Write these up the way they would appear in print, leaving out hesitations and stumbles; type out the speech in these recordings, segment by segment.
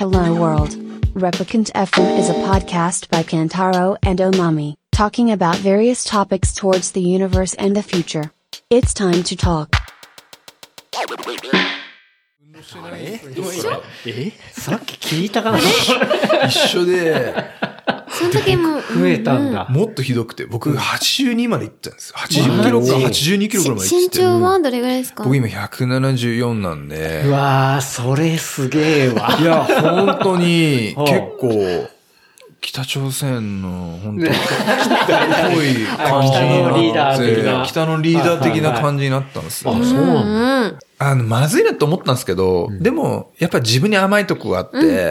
Hello World. Replicant FM is a podcast by Kantaro and Omami, talking about various topics towards the universe and the future. It's time to talk. さっき聞いたかな一緒で、 その時も増えたんだ。 もっとひどくて、僕82まで行ったんですよ。80キロか82キロぐらいまで行っ身てて。 長はどれぐらいですか？ 僕今174なんで。 うわー、それすげえわ。 いや、本当に、結構、北朝鮮の、本当に、っぽい感じになって、北のリーダー的な感じになったんですよ。 あ、そうなんだ。 まずいなと思ったんですけど、でも、やっぱり自分に甘いとこがあって、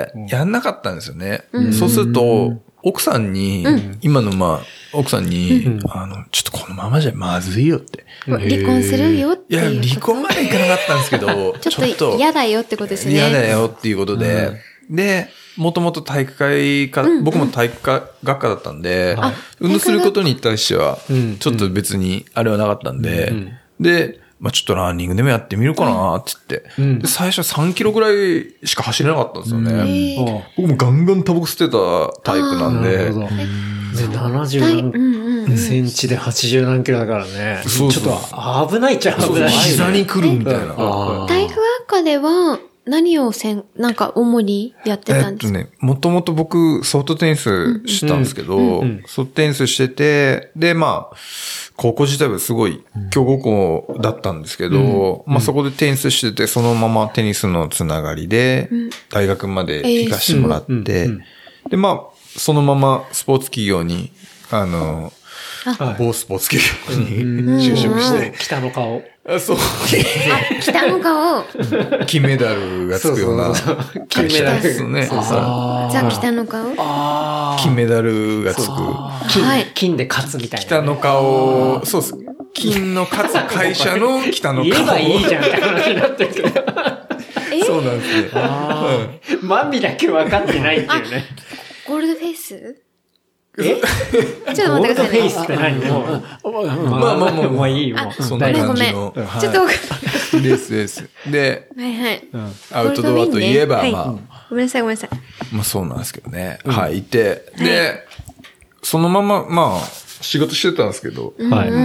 やんなかったんですよね。そうすると、奥さんに、今の奥さんに、ちょっとこのままじゃまずいよって。 離婚するよっていや、 いう。 離婚までいかなかったんですけど、 ちょっと嫌だよってことですね。 嫌だよっていうことで、で、もともと体育会科、僕も体育科学科だったんで、運動することに対しては、ちょっと別にあれはなかったんで、で、ちょっとランニングでもやってみるかなって言って、で最初3キロぐらいしか走れなかったんですよね。僕もガンガンタバコ吸ってたタイプなんで、 で、70何センチで80何キロだからね。ちょっと危ないっちゃ危ない。 膝に来るみたいな。 体育学科では何をなんか主にやってたんですか？ もともと僕ソフトテニスしたんですけど、ソフトテニスしてて、で、高校時代はすごい強豪校だったんですけど、そこでテニスしてて、そのままテニスのつながりで、大学まで行かしてもらって、で、そのままスポーツ企業に、某スポーツ企業に就職して。 北の顔。 そう。 北の顔。 金メダルがつくような。 金メダルですね。 ザ・北の顔。 金メダルがつく。 金で勝つみたいな。 北の顔、そうです。金の勝つ会社の北の顔。 言えばいいじゃんって話になってるけど。 そうなんですね。 マミだけ分かってないっていうね。 ゴールドフェイス？ ちょっと待ってくださいね。 ゴールドフェイスって何？もういいもう。 そんな感じの。 ちょっとですで、アウトドアといえば、 ごめんなさい。 そうなんですけどね。はい、いて、で、そのまま、仕事してたんですけど、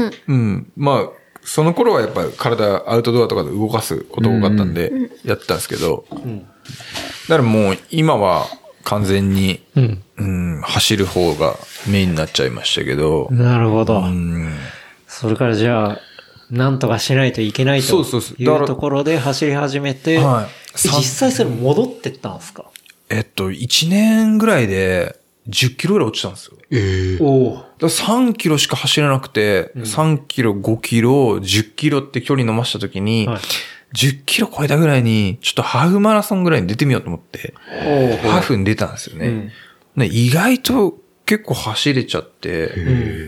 その頃はやっぱりアウトドアとかで動かすことが多かったんで、やってたんですけど、だからもう今は完全に、走る方がメインになっちゃいましたけど。 なるほど。それからじゃあ、なんとかしないといけないというところで走り始めて、実際それ戻ってったんですか ？1年ぐらいで10キロぐらい落ちたんですよ。だ3キロしか走れなくて、3キロ、5キロ、10キロって距離伸ばしたときに、10キロ超えたぐらいに、ちょっとハーフマラソンぐらいに出てみようと思って、ハーフに出たんですよね。意外と結構走れちゃって、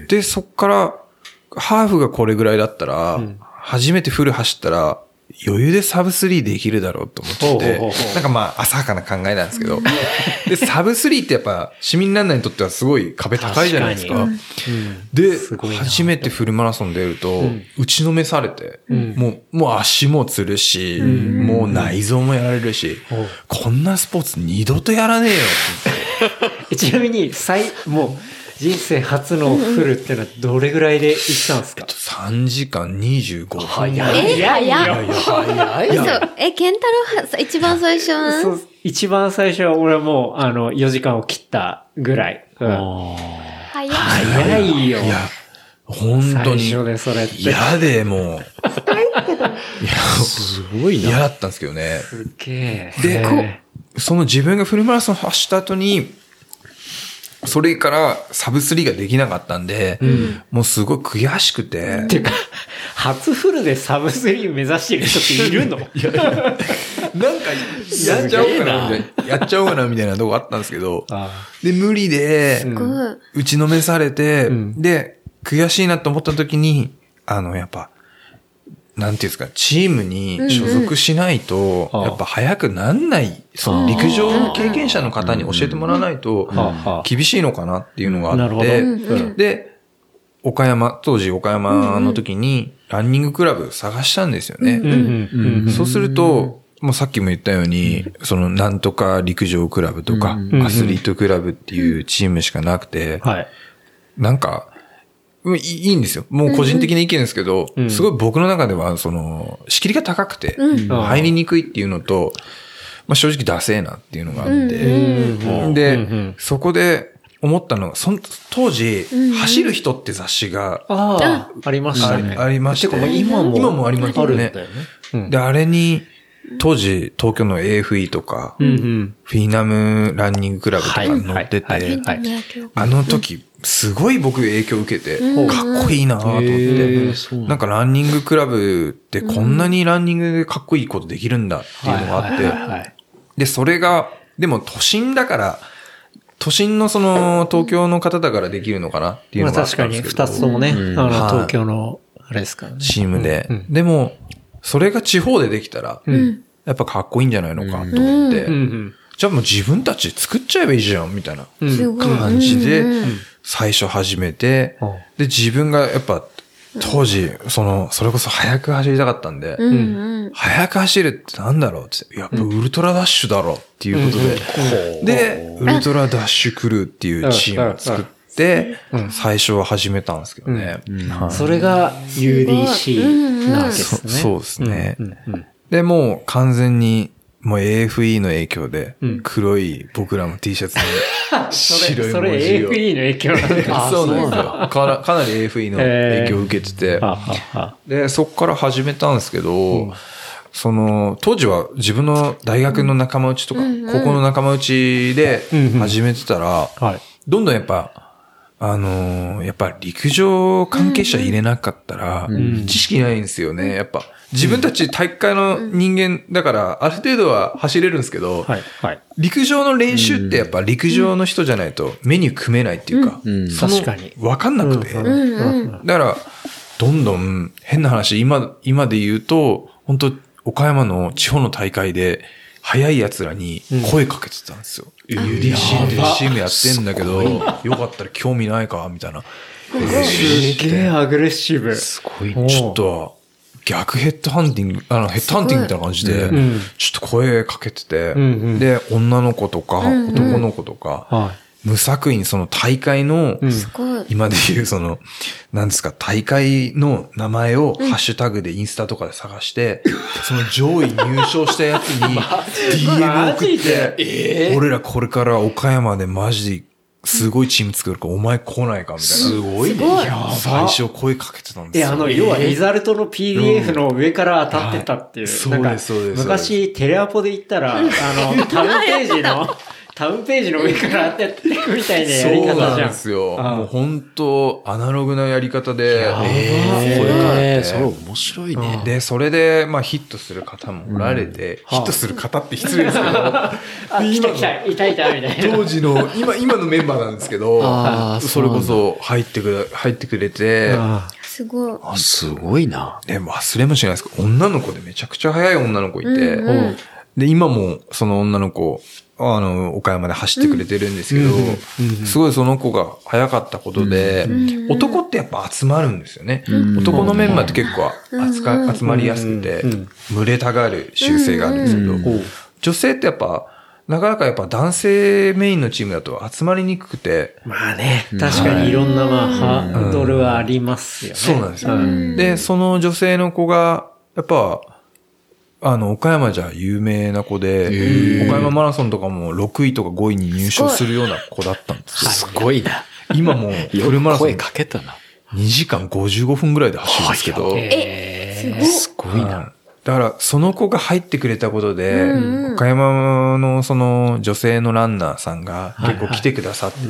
で、そっから、ハーフがこれぐらいだったら、初めてフル走ったら、余裕でサブ3できるだろうと思ってて、浅はかな考えなんですけど、で、サブ3ってやっぱ市民ランナーにとってはすごい壁高いじゃないですか。で、初めてフルマラソン出ると、打ちのめされて、もう足もつるし、もう内臓もやられるし、こんなスポーツ二度とやらねえよってちなみに、もう、人生初のフルってのはどれぐらいで行ったんですか ？3時間25分。 早い。 ケンタロウ一番最初は一番最初は俺はもう、4時間を切ったぐらい。早いよ。 いや、本当に。 最初でそれって。 嫌でもう。いや、 すごいな。 嫌だったんですけどね。 すげえ。 で、その自分がフルマラソン走った後に、それからサブ3ができなかったんで、もうすごい悔しくて。 てか、初フルでサブ3目指してる人っているの？ なんか、やっちゃおうかなみたいなとこあったんですけど、で、無理で、打ちのめされて、で、悔しいなと思った時に、やっぱ、なんていうんですか、チームに所属しないと、やっぱ早くなんない、その陸上経験者の方に教えてもらわないと、厳しいのかなっていうのがあって、で、当時岡山の時にランニングクラブ探したんですよね。そうすると、 もうさっきも言ったように、そのなんとか陸上クラブとか、アスリートクラブっていうチームしかなくて、なんか、いいんですよ。もう個人的な意見ですけど、すごい僕の中では、その、仕切りが高くて、入りにくいっていうのと、まあ正直ダセーなっていうのがあって、で、そこで思ったのが、当時、走る人って雑誌が、 ありましたね。 ありました。今もありますよね。で、あれに、当時、東京の AFE とか、フィナムランニングクラブとか載ってて、あの時、すごい僕影響を受けて、かっこいいなと思って、なんかランニングクラブってこんなにランニングでかっこいいことできるんだっていうのがあって、で、それが、でも都心だから、都心のその東京の方だからできるのかなっていうのがあったんですけど。 確かに二つともね、東京のあれですからね。 チームで。でも、それが地方でできたら、やっぱかっこいいんじゃないのかと思って、じゃあもう自分たち作っちゃえばいいじゃんみたいな感じで最初始めて、で自分がやっぱ当時それこそ速く走りたかったんで、速く走るってなんだろうって、やっぱウルトラダッシュだろうっていうことで、でウルトラダッシュクルーっていうチームを作って、最初は始めたんですけどね。 それが UDC なわけですね。 そうですね。で、もう完全に、もう AFE の影響で、黒い僕らの T シャツに白い文字を。 それ AFE の影響なんですか？ そうなんですよ。かなり AFE の影響を受けてて、で、そこから始めたんですけど、当時は自分の大学の仲間内とか、高校の仲間内で始めてたら、どんどんやっぱ陸上関係者入れなかったら、知識ないんですよね。やっぱ、自分たち体育会の人間だから、ある程度は走れるんですけど、陸上の練習ってやっぱ陸上の人じゃないとメニュー組めないっていうか、 確かに。 わかんなくて。だから、どんどん変な話、今で言うと、本当岡山の地方の大会で、速い奴らに声かけてたんですよ。UDC ってチームやってんだけど、よかったら興味ないかみたいな。 すげえアグレッシブ。 すごい。ちょっと、逆ヘッドハンティング、ヘッドハンティングみたいな感じで、ちょっと声かけてて、で、女の子とか、男の子とか、無作為にその大会の、今で言うなんですか、大会の名前をハッシュタグでインスタとかで探して、その上位入賞したやつに DM 送って、俺らこれから岡山でマジですごいチーム作るからお前来ないかみたいな。 すごいね。 最初声かけてたんですよ。 要はリザルトの PDF の上から当たってたっていう。 そうです、そうです。 昔テレアポで言ったら、タウンページの上から当てていくみたいなやり方じゃん。 そうなんですよ。もう本当アナログなやり方で、 それ面白いね。 で、それで、ヒットする方もおられて、ヒットする方って失礼ですけど、 いたみたいな。 当時の、今のメンバーなんですけど、それこそ入ってくれて、 すごい。 すごいな。 で、忘れもしないですけど、女の子でめちゃくちゃ速い女の子いて、で、今もその女の子、岡山で走ってくれてるんですけど、すごいその子が早かったことで、男ってやっぱ集まるんですよね。男のメンバーって結構集まりやすくて、群れたがる習性があるんですけど、女性ってやっぱ、なかなかやっぱ男性メインのチームだと集まりにくくて。 まあね、確かにいろんなハードルはありますよね。 そうなんですよ。で、その女性の子が、やっぱ、岡山じゃ有名な子で、岡山マラソンとかも6位とか5位に入賞するような子だったんですよ。 すごいな。 今もフルマラソン声かけたな。 2時間55分ぐらいで走るんですけど。 すごいな。 だから、その子が入ってくれたことで、岡山のその女性のランナーさんが結構来てくださって、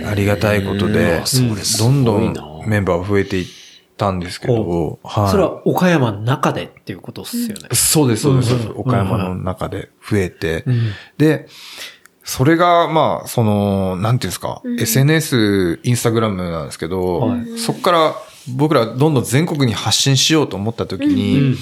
ありがたいことで、どんどんメンバーが増えていって、たんですけど、 それは岡山の中でっていうことですよね。 そうです。岡山の中で増えて、で、それが、なんていうんですか、SNS、インスタグラムなんですけど、そこから僕らどんどん全国に発信しようと思った時に、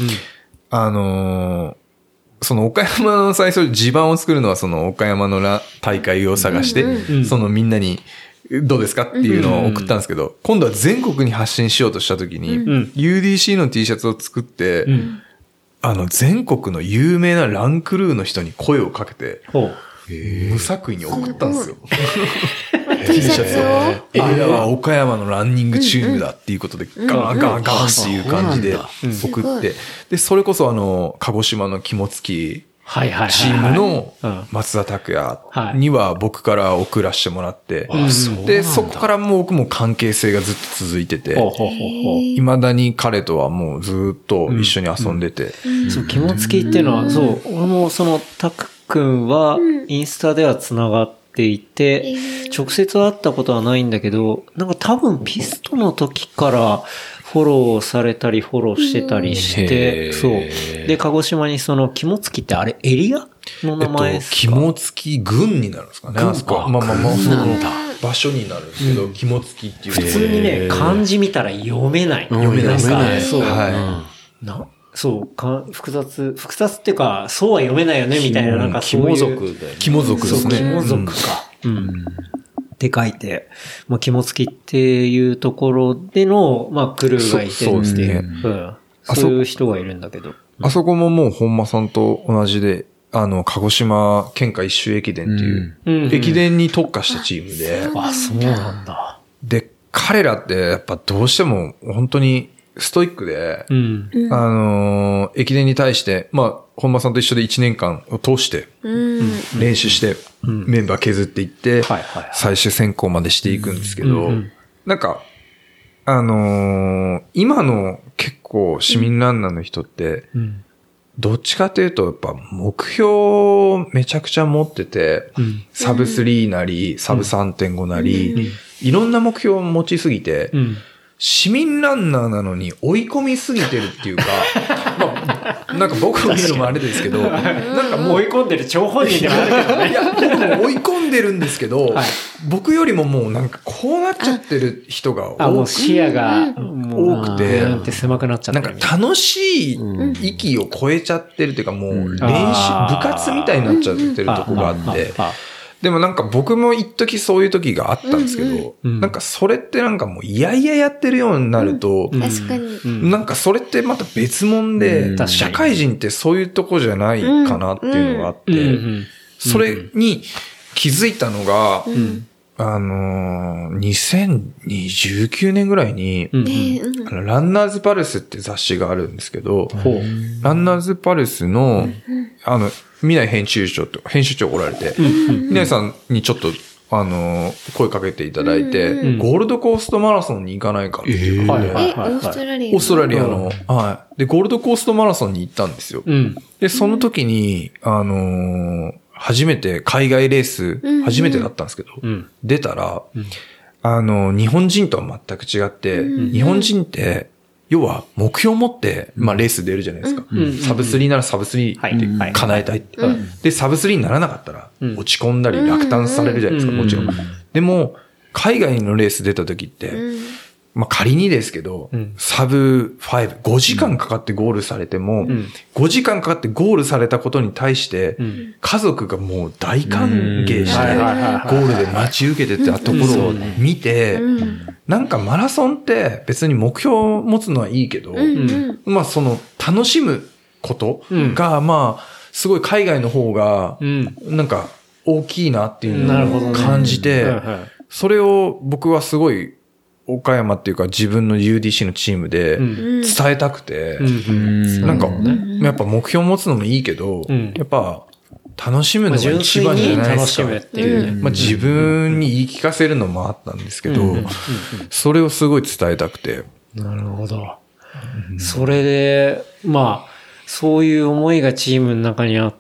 その岡山の最初地盤を作るのはその岡山の大会を探して、そのみんなに、どうですかっていうのを送ったんですけど、今度は全国に発信しようとしたときに、UDC の T シャツを作って、 全国の有名なランクルーの人に声をかけて、無作為に送ったんですよ。 T シャツを俺らは岡山のランニングチームだっていうことで、ガンガンガンっていう感じで送って、で、それこそ鹿児島の肝付き、チームの松田拓也には僕から送らせてもらって、で、そこからもう僕も関係性がずっと続いてて、未だに彼とはもうずっと一緒に遊んでて。 そう、肝付きっていうのは、そう、俺もタク君はインスタでは繋がっていて、直接会ったことはないんだけど、なんか多分ピストの時からフォローされたりフォローしてたりして、そう。で、鹿児島に肝付ってあれエリアの名前ですか？ 肝付郡になるんですかね。あそこ。まあ、その場所になるんですけど、肝付っていう。 普通にね、漢字見たら読めない。 読めないですね。 そう。そう、複雑っていうか、そうは読めないよね、みたいな、なんかそういう。 肝族だよね。 肝族ですね。 肝族か。って書いて、肝付きっていうところでの、クルーがいてそうですね。 そういう人がいるんだけど。 あそこももう本間さんと同じで、鹿児島県下一周駅伝っていう、駅伝に特化したチームで。 あ、そうなんだ。 で、彼らってやっぱどうしても本当にストイックで、駅伝に対して、本間さんと一緒で1年間を通して、練習して、メンバー削っていって、最終選考までしていくんですけど、なんか、今の結構市民ランナーの人って、どっちかというと、やっぱ目標をめちゃくちゃ持ってて、サブ3なり、サブ 3.5 なり、いろんな目標を持ちすぎて、市民ランナーなのに追い込みすぎてるっていうか、なんか僕が見るのもあれですけど、なんかもう追い込んでる張本人でもあるけどね。 いや、僕も追い込んでるんですけど、僕よりももうなんかこうなっちゃってる人がもう視野が多くて、 なんて狭くなっちゃってる。なんか楽しい域を超えちゃってるっていうかもう部活みたいになっちゃってるとこがあって、でもなんか僕も一時そういう時があったんですけど、なんかそれってなんかもういやいややってるようになると、 確かに。 なんかそれってまた別物で、社会人ってそういうとこじゃないかなっていうのがあって、それに気づいたのが、2019年ぐらいに、ランナーズパルスって雑誌があるんですけど、ランナーズパルスの、未来編集長おられて、未来さんにちょっと、声かけていただいて、ゴールドコーストマラソンに行かないかっていうことで、 オーストラリアの、で、ゴールドコーストマラソンに行ったんですよ。で、その時に、初めて海外レース、初めてだったんですけど、出たら、日本人とは全く違って、日本人って、要は目標を持って、レース出るじゃないですか。サブ3ならサブ3って叶えたいって。で、サブ3にならなかったら、落ち込んだり落胆されるじゃないですか、もちろん。でも、海外のレース出た時って、仮にですけど、サブ5、5時間かかってゴールされても、5時間かかってゴールされたことに対して、家族がもう大歓迎して、ゴールで待ち受けてたところを見て、なんかマラソンって別に目標を持つのはいいけど、その楽しむことが、すごい海外の方が、なんか大きいなっていうのを感じて、それを僕はすごい、岡山っていうか自分の UDC のチームで伝えたくて、なんか、やっぱ目標を持つのもいいけど、やっぱ楽しむのが一番じゃないですか。自分に言い聞かせるのもあったんですけど、それをすごい伝えたくて。 なるほど。それで、そういう思いがチームの中にあって、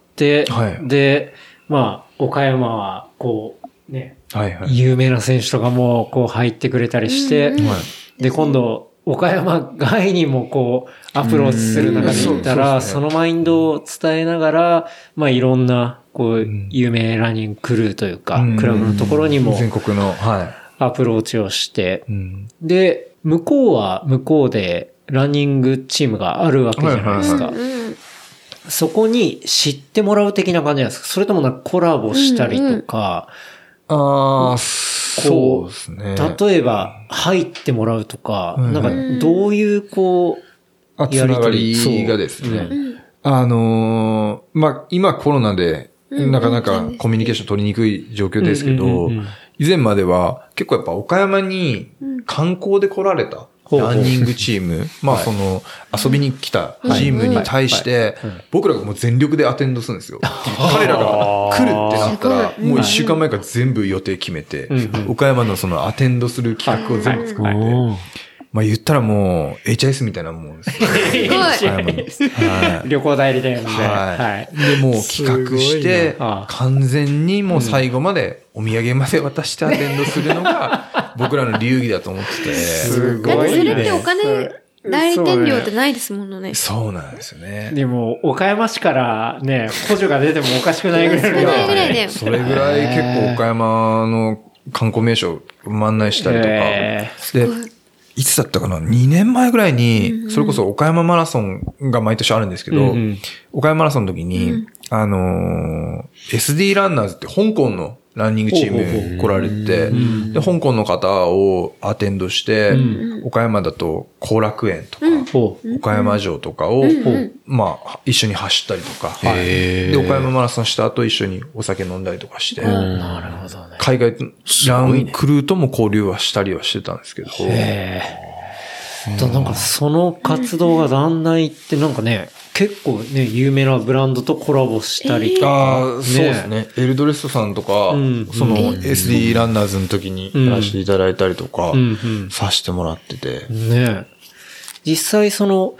で、岡山はこう、ね、有名な選手とかもこう入ってくれたりして、で、今度、岡山外にもこう、アプローチする中で言ったら、そのマインドを伝えながら、いろんな、こう、有名ランニングクルーというか、クラブのところにも、 全国の、 アプローチをして、で、向こうは向こうでランニングチームがあるわけじゃないですか。そこに知ってもらう的な感じなんですか？それともなんかコラボしたりとか、 そうですね。 例えば、入ってもらうとか、なんか、どういう、こう、 つながりがですね。 今コロナで、なかなかコミュニケーション取りにくい状況ですけど、以前までは結構やっぱ岡山に観光で来られたランニングチーム、遊びに来たチームに対して、僕らがもう全力でアテンドするんですよ。彼らが来るってなったら、もう1週間前から全部予定決めて、岡山のそのアテンドする企画を全部作って、言ったらもう HIS みたいなもんです。 すごい。旅行代理店で。 はい。で、もう企画して、完全にもう最後までお土産まで渡してアテンドするのが僕らの流儀だと思ってて。 すごい。だってそれってお金、代理店料ってないですものね。 そうなんですよね。 でも、岡山市からね、補助が出てもおかしくないぐらいの。 それぐらい結構岡山の観光名所案内したりとか。で、いつだったかな ?2 年前ぐらいに、それこそ岡山マラソンが毎年あるんですけど、岡山マラソンの時に、SD ランナーズって香港のランニングチーム来られて、で、香港の方をアテンドして、岡山だと後楽園とか、岡山城とかを、一緒に走ったりとか、で、岡山マラソンした後一緒にお酒飲んだりとかして、 なるほどね。 海外ランクルーとも交流はしたりはしてたんですけど、 なんかその活動がだんだんいってなんかね、結構ね、有名なブランドとコラボしたりとか。 そうですね。エルドレストさんとか、その SD ランナーズの時にやらせていただいたりとか、させてもらってて。 ね。実際その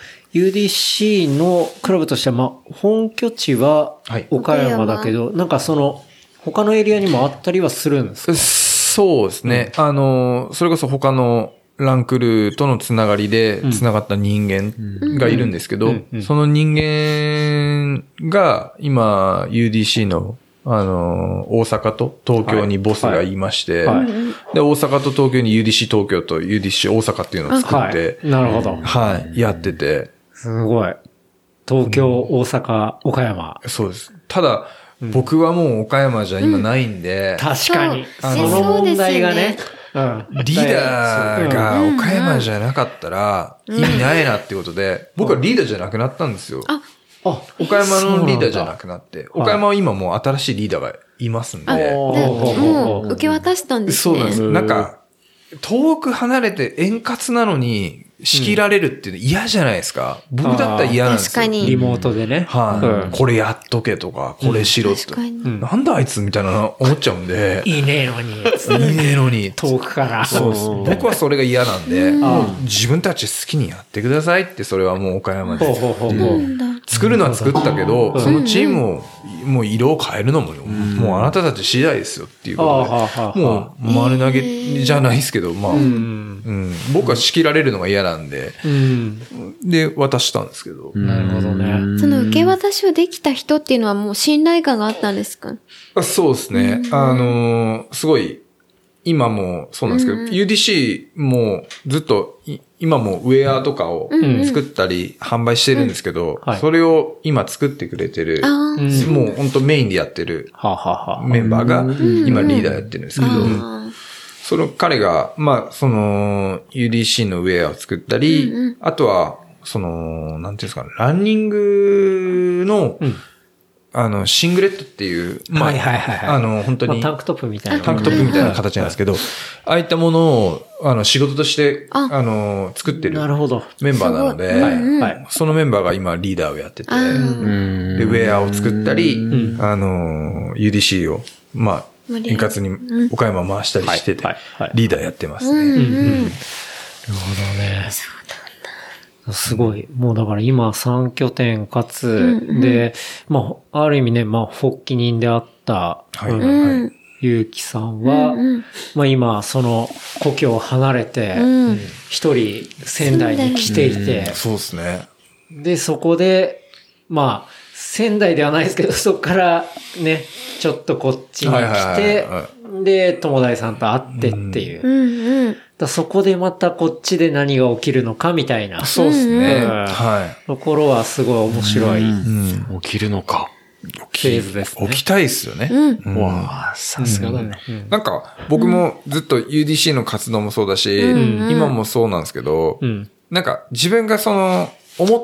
UDC のクラブとしては、本拠地は岡山だけど、なんかその他のエリアにもあったりはするんですか？ そうですね。それこそ他のランクルーとのつながりでつながった人間がいるんですけど、その人間が今 UDC の大阪と東京にボスがいまして、で、大阪と東京に UDC 東京と UDC 大阪っていうのを作って、 なるほど。 やってて。 すごい。東京、大阪、岡山。 そうです。ただ、僕はもう岡山じゃ今ないんで。 確かに。その問題がね。 リーダーが岡山じゃなかったら意味ないなってことで、僕はリーダーじゃなくなったんですよ。岡山のリーダーじゃなくなって、岡山は今もう新しいリーダーがいますんで。 もう受け渡したんですね。 そうなんです。なんか、遠く離れて円滑なのに仕切られるって嫌じゃないですか。僕だったら嫌なんですよ。 確かに。 リモートでね。 これやっとけとか、これしろって。なんだあいつみたいな思っちゃうんで。 いいねえのに。 いいねえのに。 遠くから。 そうです。僕はそれが嫌なんで、自分たち好きにやってくださいって、それはもう岡山で。作るのは作ったけど、そのチームを、もう色を変えるのも、もうあなたたち次第ですよっていうことで、もう丸投げじゃないですけど、僕は仕切られるのが嫌なんで、で、渡したんですけど。 なるほどね。 その受け渡しをできた人っていうのはもう信頼感があったんですか？ そうですね。すごい、今もそうなんですけど、UDC もずっと、今もウェアとかを作ったり販売してるんですけど、それを今作ってくれてる、もう本当メインでやってるメンバーが今リーダーやってるんですけど、その彼が、その UDC のウェアを作ったり、あとは、なんていうんですか、ランニングの、シングレットっていう、本当に、 タンクトップみたいな。 タンクトップみたいな形なんですけど、ああいったものを、仕事として、作ってるメンバーなので、そのメンバーが今リーダーをやってて、で、ウェアを作ったり、UDC を、円滑に岡山回したりしてて、リーダーやってますね。なるほどね。すごい。もうだから今3拠点かつ、で、ある意味ね、発起人であった、ゆうきさんは、今その故郷を離れて、一人仙台に来ていて、 そうですね。 で、そこで、仙台ではないですけど、そこからね、ちょっとこっちに来て、で、友達さんと会ってっていう。そこでまたこっちで何が起きるのかみたいな。 そうですね。 ところはすごい面白い。 起きるのか。 フェーズですね。 起きたいですよね。 わあ、さすがだね。 なんか、僕もずっと UDC の活動もそうだし、今もそうなんですけど、なんか自分が思っ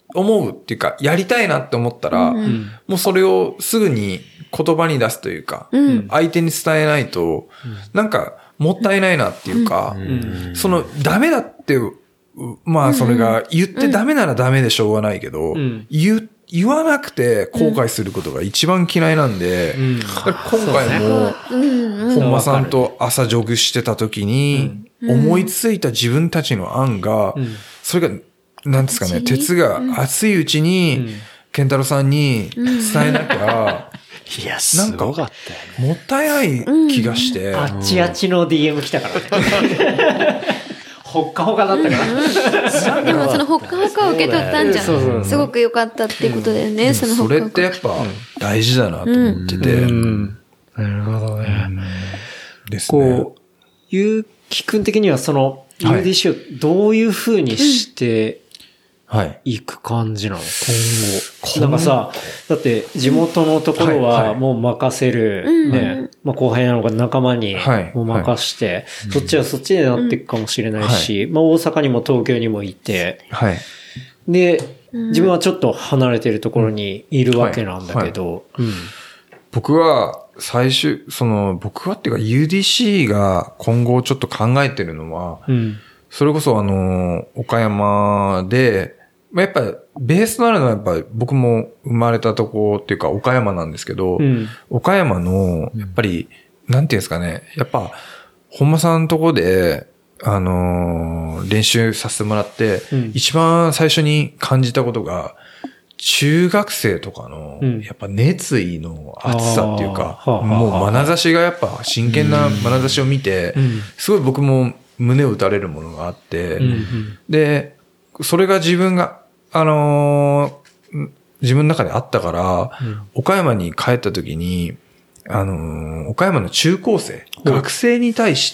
思うっていうか、やりたいなって思ったら、もうそれをすぐに言葉に出すというか、相手に伝えないと、なんかもったいないなっていうか、ダメだって、まあそれが言ってダメならダメでしょうがないけど、言わなくて後悔することが一番嫌いなんで、今回も、本間さんと朝ジョグしてた時に、思いついた自分たちの案が、それが、なんですかね、鉄が熱いうちに、健太郎さんに伝えなきゃ、 いや、すごかったよね。もったいない気がして。 あっちあっちの DM 来たからね。ほっかほかだったから。 でもそのほっかほかを受け取ったんじゃん。すごく良かったっていうことだよね、そのほっかほか。 それってやっぱ大事だなと思ってて。 なるほどね。 ですね。 こう、ゆうきくん的にはその UDC をどういう風にしていく感じなの、今後。なんかさ、だって地元のところはもう任せる、ね、まあ後輩なのか仲間にもう任して、そっちはそっちでなっていくかもしれないし、まあ大阪にも東京にもいて、で、自分はちょっと離れてるところにいるわけなんだけど、 僕は僕はっていうか UDC が今後ちょっと考えてるのは、それこそ岡山で、やっぱベースとなるのはやっぱ僕も生まれたとこっていうか岡山なんですけど、岡山のやっぱり、なんていうんですかね、やっぱ本間さんのとこで、練習させてもらって、一番最初に感じたことが、中学生とかの、やっぱ熱意の熱さっていうか、もう眼差しがやっぱ真剣な眼差しを見て、すごい僕も胸を打たれるものがあって、で、それが自分が、自分の中であったから、岡山に帰った時に、岡山の中高生、学生に対して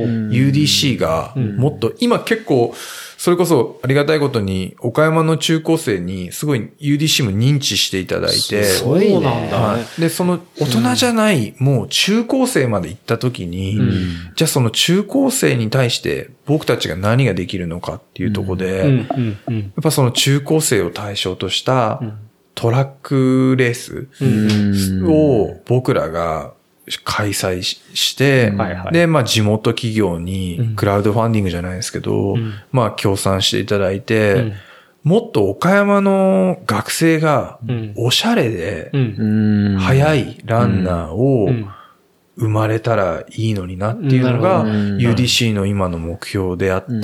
UDC がもっと、今結構、それこそありがたいことに岡山の中高生にすごい UDC も認知していただいて、 そうなんだね。 で、その大人じゃない、もう中高生まで行った時に、じゃあその中高生に対して僕たちが何ができるのかっていうところで、やっぱその中高生を対象としたトラックレースを僕らが開催して、で、まあ地元企業にクラウドファンディングじゃないですけど、まあ協賛していただいて、もっと岡山の学生がおしゃれで速いランナーを生まれたらいいのになっていうのが UDC の今の目標であって、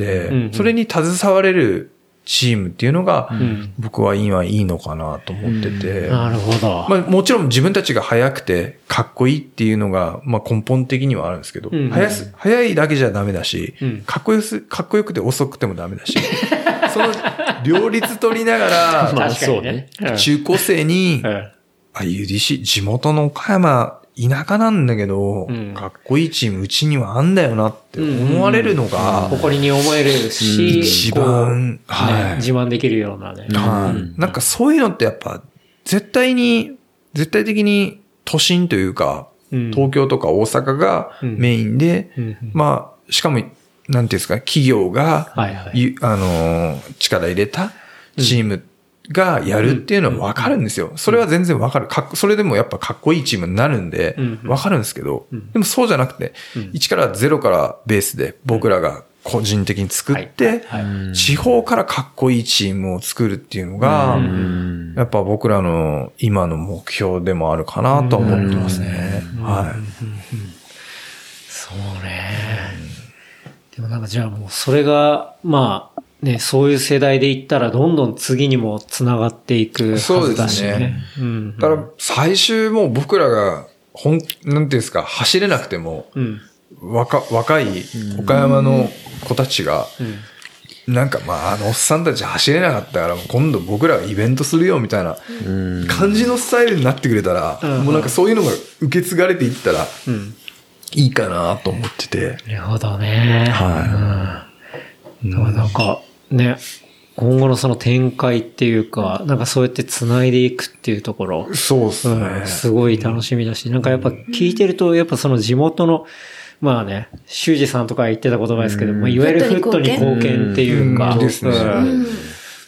それに携われるチームっていうのが、僕は今いいのかなと思ってて。 なるほど。 まあもちろん自分たちが速くてかっこいいっていうのが、まあ根本的にはあるんですけど、速いだけじゃダメだし、かっこよくて遅くてもダメだし、その両立取りながら、 まあそうね。 中高生に、UDC、地元の岡山、田舎なんだけど、かっこいいチームうちにはあんだよなって思われるのが、 誇りに思えるし、 一番、 自慢できるようなね。 なんかそういうのってやっぱ、絶対的に都心というか、東京とか大阪がメインで、まあ、しかも、なんていうんですか、企業が、力入れたチームがやるっていうのはわかるんですよ。それは全然わかる。それでもやっぱかっこいいチームになるんで、わかるんですけど、でもそうじゃなくて、1から0からベースで僕らが個人的に作って、地方からかっこいいチームを作るっていうのが、やっぱ僕らの今の目標でもあるかなと思ってますね。はい。 そうね。でもなんかじゃあもうそれが、まあ、ね、そういう世代で言ったらどんどん次にも繋がっていくはずだしね。そうですね。 だから最終もう僕らがなんていうんですか、走れなくても、若い岡山の子たちが、なんかまあおっさんたち走れなかったから今度僕らがイベントするよみたいな感じのスタイルになってくれたら、もうなんかそういうのが受け継がれていったらいいかなと思ってて。 なるほどね。はい。なんか、ね、今後のその展開っていうか、なんかそうやって繋いでいくっていうところ。 そうですね。 すごい楽しみだし、なんかやっぱ聞いてると、やっぱその地元の、まあね、修二さんとか言ってた言葉ですけど、いわゆるフットに貢献っていうか、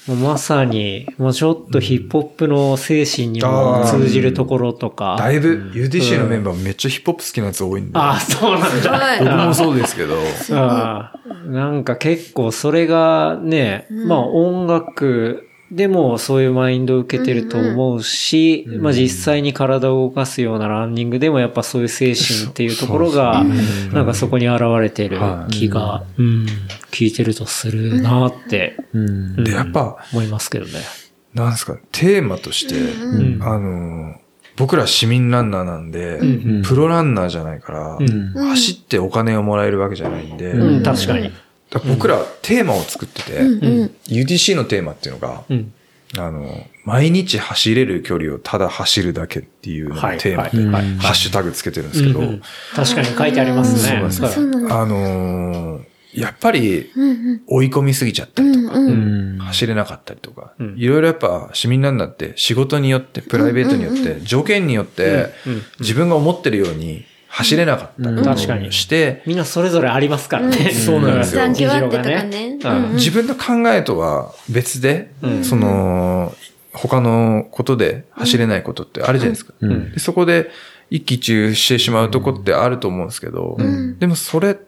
まさに、もうちょっとヒップホップの精神にも通じるところとか。 だいぶ、UDC のメンバーめっちゃヒップホップ好きなやつ多いんで。 ああ、そうなんだ。 僕もそうですけど。 なんか結構それがね、まあ音楽でもそういうマインドを受けてると思うし、まあ実際に体を動かすようなランニングでもやっぱそういう精神っていうところが、なんかそこに現れてる気が、聞いてるとするなって、 で、やっぱ、 思いますけどね。 なんですか、テーマとして、僕ら市民ランナーなんで、プロランナーじゃないから、走ってお金をもらえるわけじゃないんで、 確かに。 僕らテーマを作ってて、UDC のテーマっていうのが、毎日走れる距離をただ走るだけっていうのをテーマで、ハッシュタグつけてるんですけど、 確かに書いてありますね。 そうなんです。やっぱり追い込みすぎちゃったりとか、走れなかったりとか、いろいろやっぱ市民ランナーって仕事によって、プライベートによって、条件によって、自分が思ってるように走れなかったり確かにして、 みんなそれぞれありますからね。 そうなんですよ。 残業あってとかね。 自分の考えとは別で、他のことで走れないことってあるじゃないですか。でそこで一喜一憂してしまうとこってあると思うんですけど、でもそれって、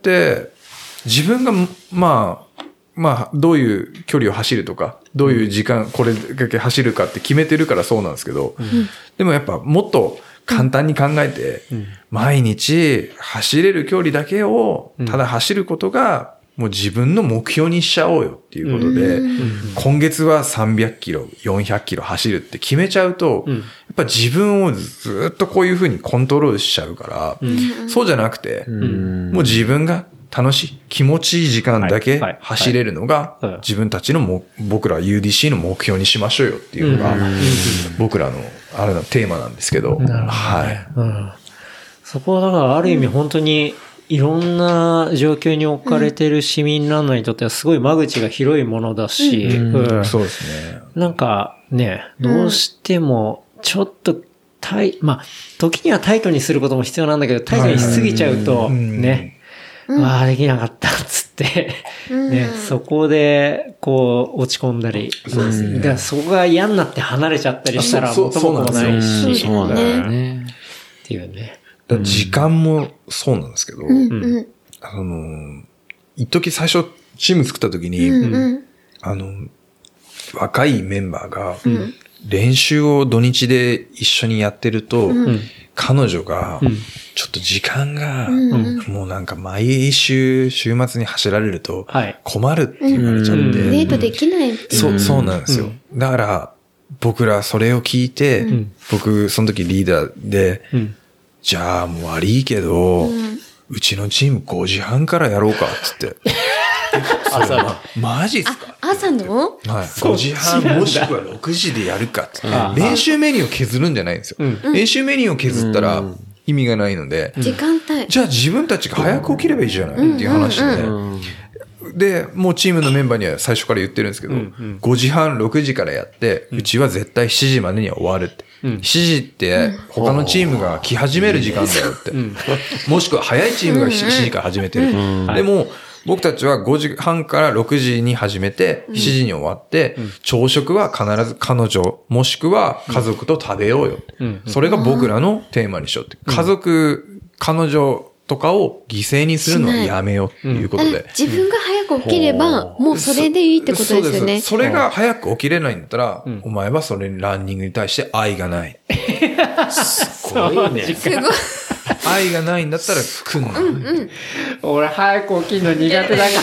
自分が、まあ、どういう距離を走るとか、どういう時間、これだけ走るかって決めてるからそうなんですけど、でもやっぱもっと簡単に考えて、毎日走れる距離だけをただ走ることが、もう自分の目標にしちゃおうよっていうことで、今月は300キロ、400キロ走るって決めちゃうと、やっぱ自分をずっとこういうふうにコントロールしちゃうから、そうじゃなくて、もう自分が楽しい、気持ちいい時間だけ走れるのが、自分たちの僕ら UDC の目標にしましょうよっていうのが、僕らのあれのテーマなんですけど、はい。 そこはだからある意味本当にいろんな状況に置かれてる市民ランナーにとってはすごい間口が広いものだし、 そうですね。 なんかね、どうしてもちょっとまあ、時にはタイトにすることも必要なんだけど、タイトにしすぎちゃうと、ね、できなかったっつって、ね、そこで、こう、落ち込んだり、だからそこが嫌になって離れちゃったりしたら、元も子もないし、 そうだよね。 っていうね。 時間もそうなんですけど、一時最初チーム作った時に、若いメンバーが、練習を土日で一緒にやってると、彼女が、ちょっと時間が、もうなんか毎週週末に走られると困るって言われちゃって。 デートできないってそうなんですよ。だから、僕らそれを聞いて、僕その時リーダーで、じゃあもう悪いけど、うちのチーム5時半からやろうか、つって。朝の。マジっすか？ 朝の？ はい。5時半もしくは6時でやるかって。練習メニューを削るんじゃないんですよ。練習メニューを削ったら意味がないので。 時間帯。 じゃあ自分たちが早く起きればいいじゃないっていう話で。で、もうチームのメンバーには最初から言ってるんですけど、5時半、6時からやって、うちは絶対7時までには終わるって。7時って他のチームが来始める時間だよって。もしくは早いチームが7時から始めてる。でも、僕たちは5時半から6時に始めて、7時に終わって、朝食は必ず彼女、もしくは家族と食べようよ。それが僕らのテーマにしようって。家族、彼女とかを犠牲にするのはやめようっていうことで。 自分が早く起きれば、もうそれでいいってことですよね。 それが早く起きれないんだったら、お前はそれにランニングに対して愛がない。 すごいね。 すごい。 愛がないんだったら来んの。 俺早く起きるの苦手だから。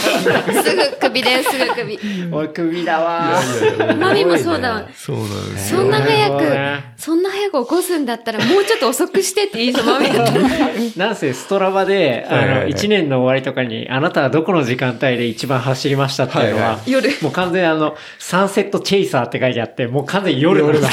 すぐ首だよ、すぐ首。 俺首だわ。 マミもそうだわ。 そうなんですそんな早く起こすんだったらもうちょっと遅くしてっていいぞ、マミだったら。 なんせストラバで、1年の終わりとかに、あなたはどこの時間帯で一番走りましたっていうのは、 夜。 もう完全にサンセットチェイサーって書いてあって、もう完全に夜なんだ。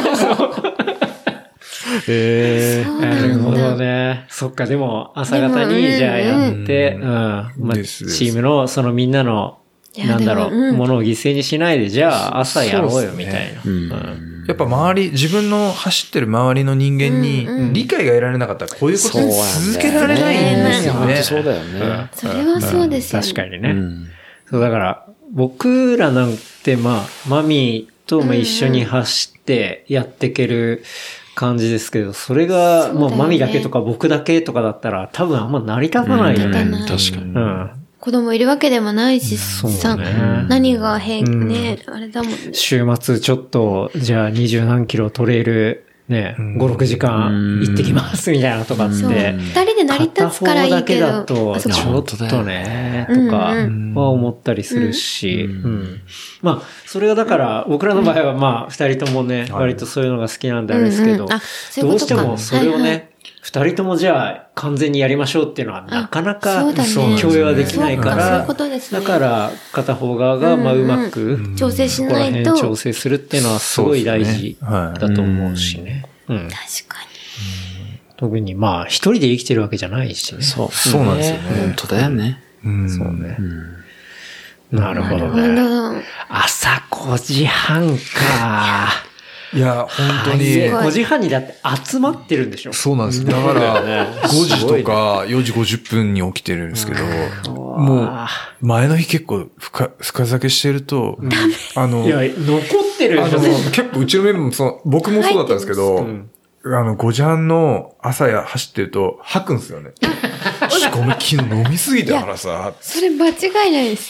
なるほどね。そっか、でも朝方にじゃあやって、まあ、チームのそのみんなの、なんだろう、ものを犠牲にしないで、じゃあ朝やろうよみたいな。 やっぱ自分の走ってる周りの人間に理解が得られなかったらこういうことを続けられないんですよね。 そうだよね。 それはそうですよね。 確かにね。そうだから、 僕らなんてまあ、マミとも一緒に走ってやっていける感じですけど、それがもうマミだけとか僕だけとかだったら多分あんま成り立たないよね。 確かに。 子供いるわけでもないしさ、何がね、あれだもんね。 週末ちょっと、じゃあ20何キロトレイル、ね、5、6時間行ってきますみたいなとかって。 二人で成り立つからいいけど。 片方だけだと、ちょっとね、とかは思ったりするし。まあ、それがだから、僕らの場合はまあ、二人ともね、割とそういうのが好きなんであれですけど、どうしてもそれをね、二人ともじゃあ完全にやりましょうっていうのはなかなか共有はできないから、だから片方側がまあうまく調整しないと調整するっていうのはすごい大事だと思うしね。 確かに。 特にまあ一人で生きてるわけじゃないしね。 そうなんですよね。 本当だよね。 そうね。なるほどね。朝5時半か。 いや、本当に。 5時半にだって集まってるんでしょ？ そうなんです。だから、5時とか4時50分に起きてるんですけど、もう、前の日結構深酒してると、 いや、残ってるんですよ。 結構うちのメンバーも僕もそうだったんですけど、5時半の朝走ってると吐くんですよね。ごめん、昨日飲みすぎたからさ。 それ間違いないです。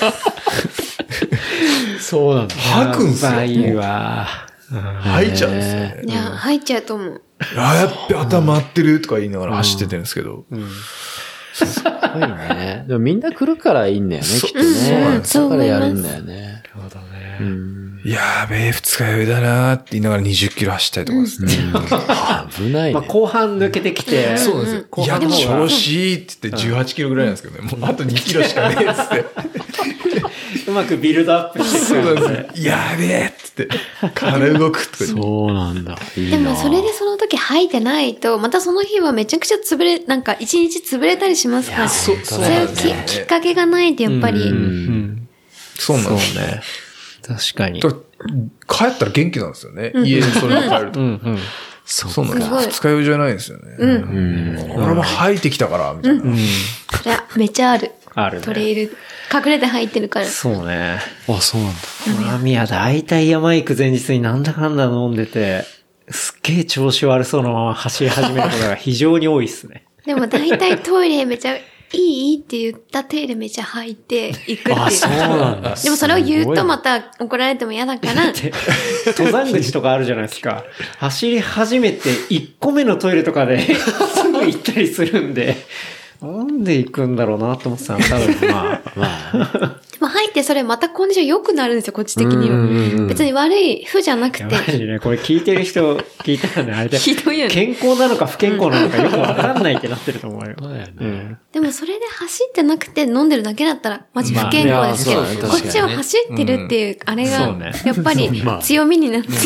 そうなんだ。 吐くんすよ。 いいわ。 吐いちゃうんですよね。 いや、吐いちゃうと思う。 やっべ、頭回ってるとか言いながら走っててるんですけど。 すごいね。でもみんな来るからいいんだよね、きっとね。だからやるんだよね。 なるほどね。 やべえ、二日酔いだなーって言いながら20キロ走ったりとかですね。 危ないね。 後半抜けてきて。 そうなんですよ。いや、調子いいって言って18キロぐらいなんですけどね。もうあと2キロしかねえっつって。 うまくビルドアップしてそうなんですよ。やべえっつって。体動くとか。 そうなんだ。 でもそれでその時吐いてないと、またその日はめちゃくちゃなんか一日潰れたりしますから。そういうきっかけがないとやっぱり。 そうなんですね。 確かに。 帰ったら元気なんですよね。家にそれで帰ると。そうなんです。二日酔いじゃないんですよね。俺も吐いてきたから、みたいな。 それはめっちゃある。 あるね。 トレイル、隠れて入ってるから。 そうね。 あ、そうなんだ。 マミは大体山行く前日になんだかんだ飲んでて、すっげえ調子悪そうなまま走り始めることが非常に多いっすね。 でも大体トイレめちゃいいって言った手でめっちゃ吐いていくっていう。 あ、そうなんだ。 でもそれを言うとまた怒られても嫌だから。 登山口とかあるじゃないですか。走り始めて1個目のトイレとかですぐ行ったりするんで、なんで行くんだろうなと思ってたら多分まあ。 でも入ってそれまたコンディション良くなるんですよ、こっち的には。別に悪い負じゃなくて。 マジね、これ聞いてる人聞いたらね、あれで。 ひどいよね。 健康なのか不健康なのかよくわかんないってなってると思うよ。 でもそれで走ってなくて飲んでるだけだったら、マジ不健康ですけど、こっちは走ってるっていう、あれが、やっぱり強みになってる。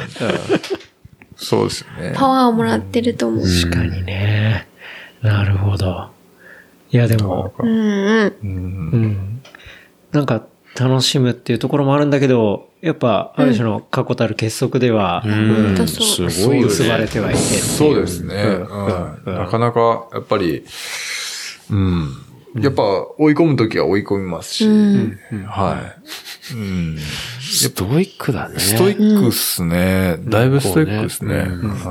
そうですよね。 パワーをもらってると思う。 確かにね。なるほど。いやでも、なんか楽しむっていうところもあるんだけど、やっぱある種の確固たる結束では、すごい結ばれてはいて。 そうですね。なかなかやっぱり、やっぱ追い込むときは追い込みますし、はい。 ストイックだね。 ストイックっすね。だいぶストイックですね。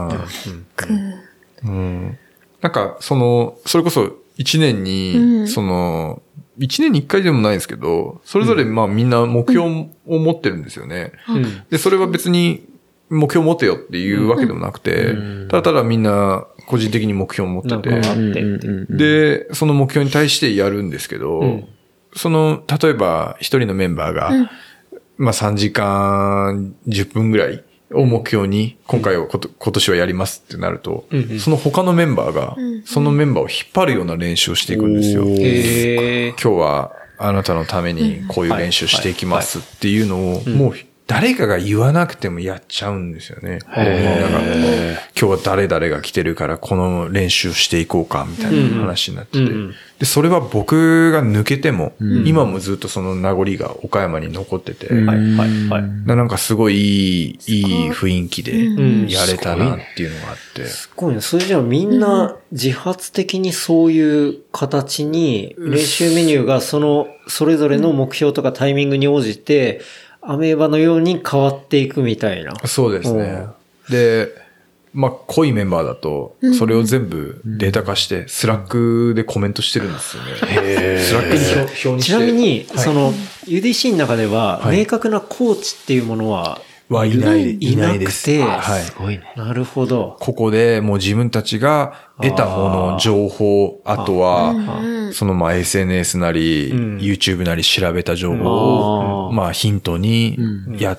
なんか、それこそ1年に、1年に1回でもないんですけど、それぞれまあみんな目標を持ってるんですよね。で、それは別に目標を持てよっていうわけでもなくて、ただただみんな個人的に目標を持ってて、で、その目標に対してやるんですけど、例えば一人のメンバーが、まあ3時間10分ぐらいを目標に今年はやりますってなると、その他のメンバーが、そのメンバーを引っ張るような練習をしていくんですよ。今日はあなたのためにこういう練習していきますっていうのを、もう誰かが言わなくてもやっちゃうんですよね。みんなが。今日は誰々が来てるからこの練習していこうかみたいな話になってて。で、それは僕が抜けても、今もずっとその名残が岡山に残ってて、なんかすごいいい雰囲気でやれたなっていうのがあって。 すごいね。それじゃあみんな自発的にそういう形に練習メニューがそれぞれの目標とかタイミングに応じて、アメーバのように変わっていくみたいな。 そうですね。で、濃いメンバーだと、それを全部データ化して、スラックでコメントしてるんですよね。スラックに表にして。 ちなみに、UDC の中では、明確なコーチっていうものはいないです。すごいね。 なるほど。 ここでもう自分たちが得たもの、情報、あとは、SNS なり、YouTube なり調べた情報を、ヒントにやって、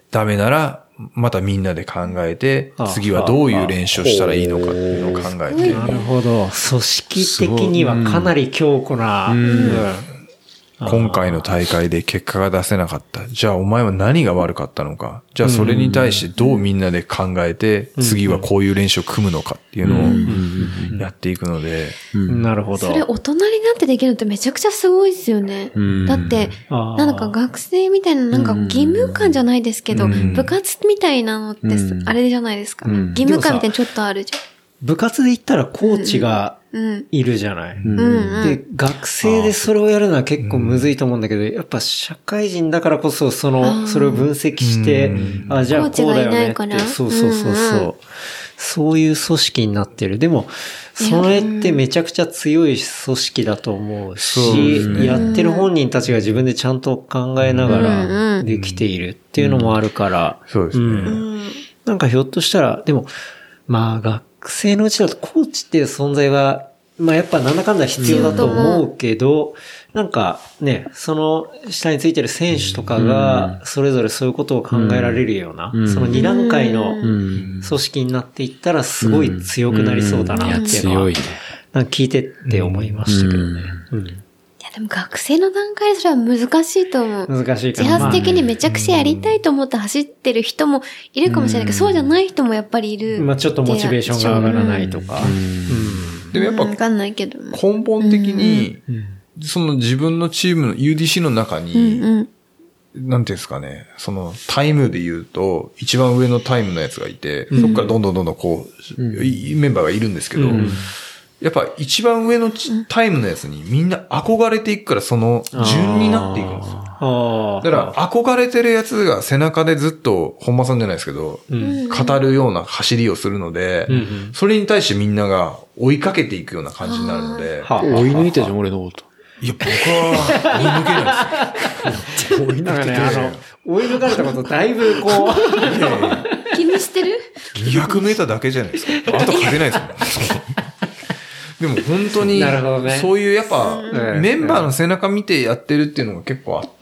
ダメなら、またみんなで考えて、次はどういう練習をしたらいいのかっていうのを考えて。 なるほど。組織的にはかなり強固な、 今回の大会で結果が出せなかった。じゃあお前は何が悪かったのか。じゃあそれに対してどうみんなで考えて、次はこういう練習を組むのかっていうのをやっていくので。 なるほど。 それ大人になってできるのってめちゃくちゃすごいですよね。だって、なんか学生みたいななんか義務感じゃないですけど、部活みたいなのってあれじゃないですか。義務感みたいなちょっとあるじゃん。 部活で言ったらコーチがいるじゃない。で、学生でそれをやるのは結構むずいと思うんだけど、やっぱ社会人だからこそそれを分析して、じゃあこうだよねって。そう。そういう組織になってる。でも、それってめちゃくちゃ強い組織だと思うし、やってる本人たちが自分でちゃんと考えながらできているっていうのもあるから。 そうですね。 なんかひょっとしたら、でも、学生のうちだとコーチっていう存在は、やっぱなんだかんだ必要だと思うけど、なんかね、その下についてる選手とかが、それぞれそういうことを考えられるような、その2段階の組織になっていったらすごい強くなりそうだなっていうのは、なんか聞いてって思いましたけどね。 いやでも学生の段階でそれは難しいと思う。 難しいかな。 自発的にめちゃくちゃやりたいと思って走ってる人もいるかもしれないけど、そうじゃない人もやっぱりいる。 ちょっとモチベーションが上がらないとか。 でもやっぱ、 わかんないけど。 根本的に、その自分のチームの UDC の中に、なんていうんですかね、そのタイムで言うと、一番上のタイムのやつがいて、そこからどんどんこう、メンバーがいるんですけど、やっぱ一番上のタイムのやつにみんな憧れていくからその順になっていくんですよ。だから憧れてるやつが背中でずっと本間さんじゃないですけど、語るような走りをするので、それに対してみんなが追いかけていくような感じになるので。 追い抜いてじゃん、俺のこと。 いや、僕は追い抜けないですよ。 追い抜けて追い抜かれたことだいぶこう。 気にしてる ?200 メーターだけじゃないですか。あと勝てないですもん。でも本当に、そういうやっぱ、メンバーの背中見てやってるっていうのが結構あって、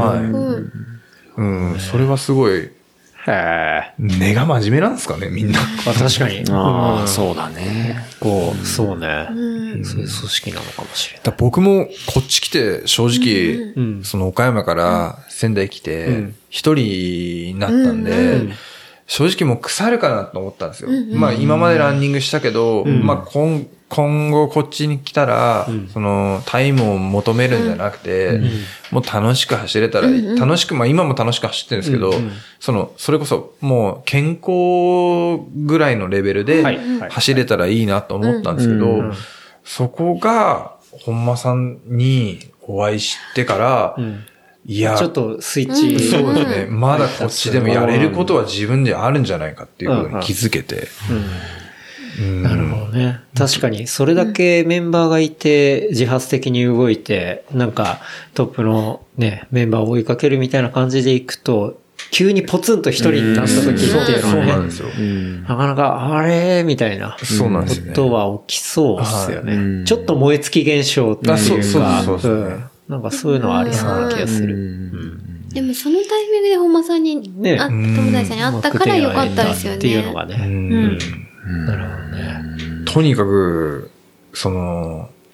それはすごい、根が真面目なんですかね、みんな。 確かに。 そうだね。 そうね。そういう組織なのかもしれない。 僕もこっち来て、正直、その岡山から仙台来て、一人になったんで、正直もう腐るかなと思ったんですよ。今までランニングしたけど、今後こっちに来たら、そのタイムを求めるんじゃなくて、もう楽しく走れたらいい。楽しく、今も楽しく走ってるんですけど、それこそもう健康ぐらいのレベルで走れたらいいなと思ったんですけど、そこが本間さんにお会いしてから、いや、 ちょっとスイッチ。 そうですね。まだこっちでもやれることは自分であるんじゃないかっていうことに気づけて。 なるほどね。確かに、それだけメンバーがいて、自発的に動いて、なんかトップのね、メンバーを追いかけるみたいな感じでいくと、急にポツンと一人になった時っていうのはね、 そうなんですよ。 なかなか、あれみたいなことは起きそうですよね。ちょっと燃え尽き現象っていうか、なんかそういうのはありそうな気がする。 でもそのタイミングで本間さんに、友達さんに会ったからよかったですよね。 っていうのがね。なるほどね。 とにかく、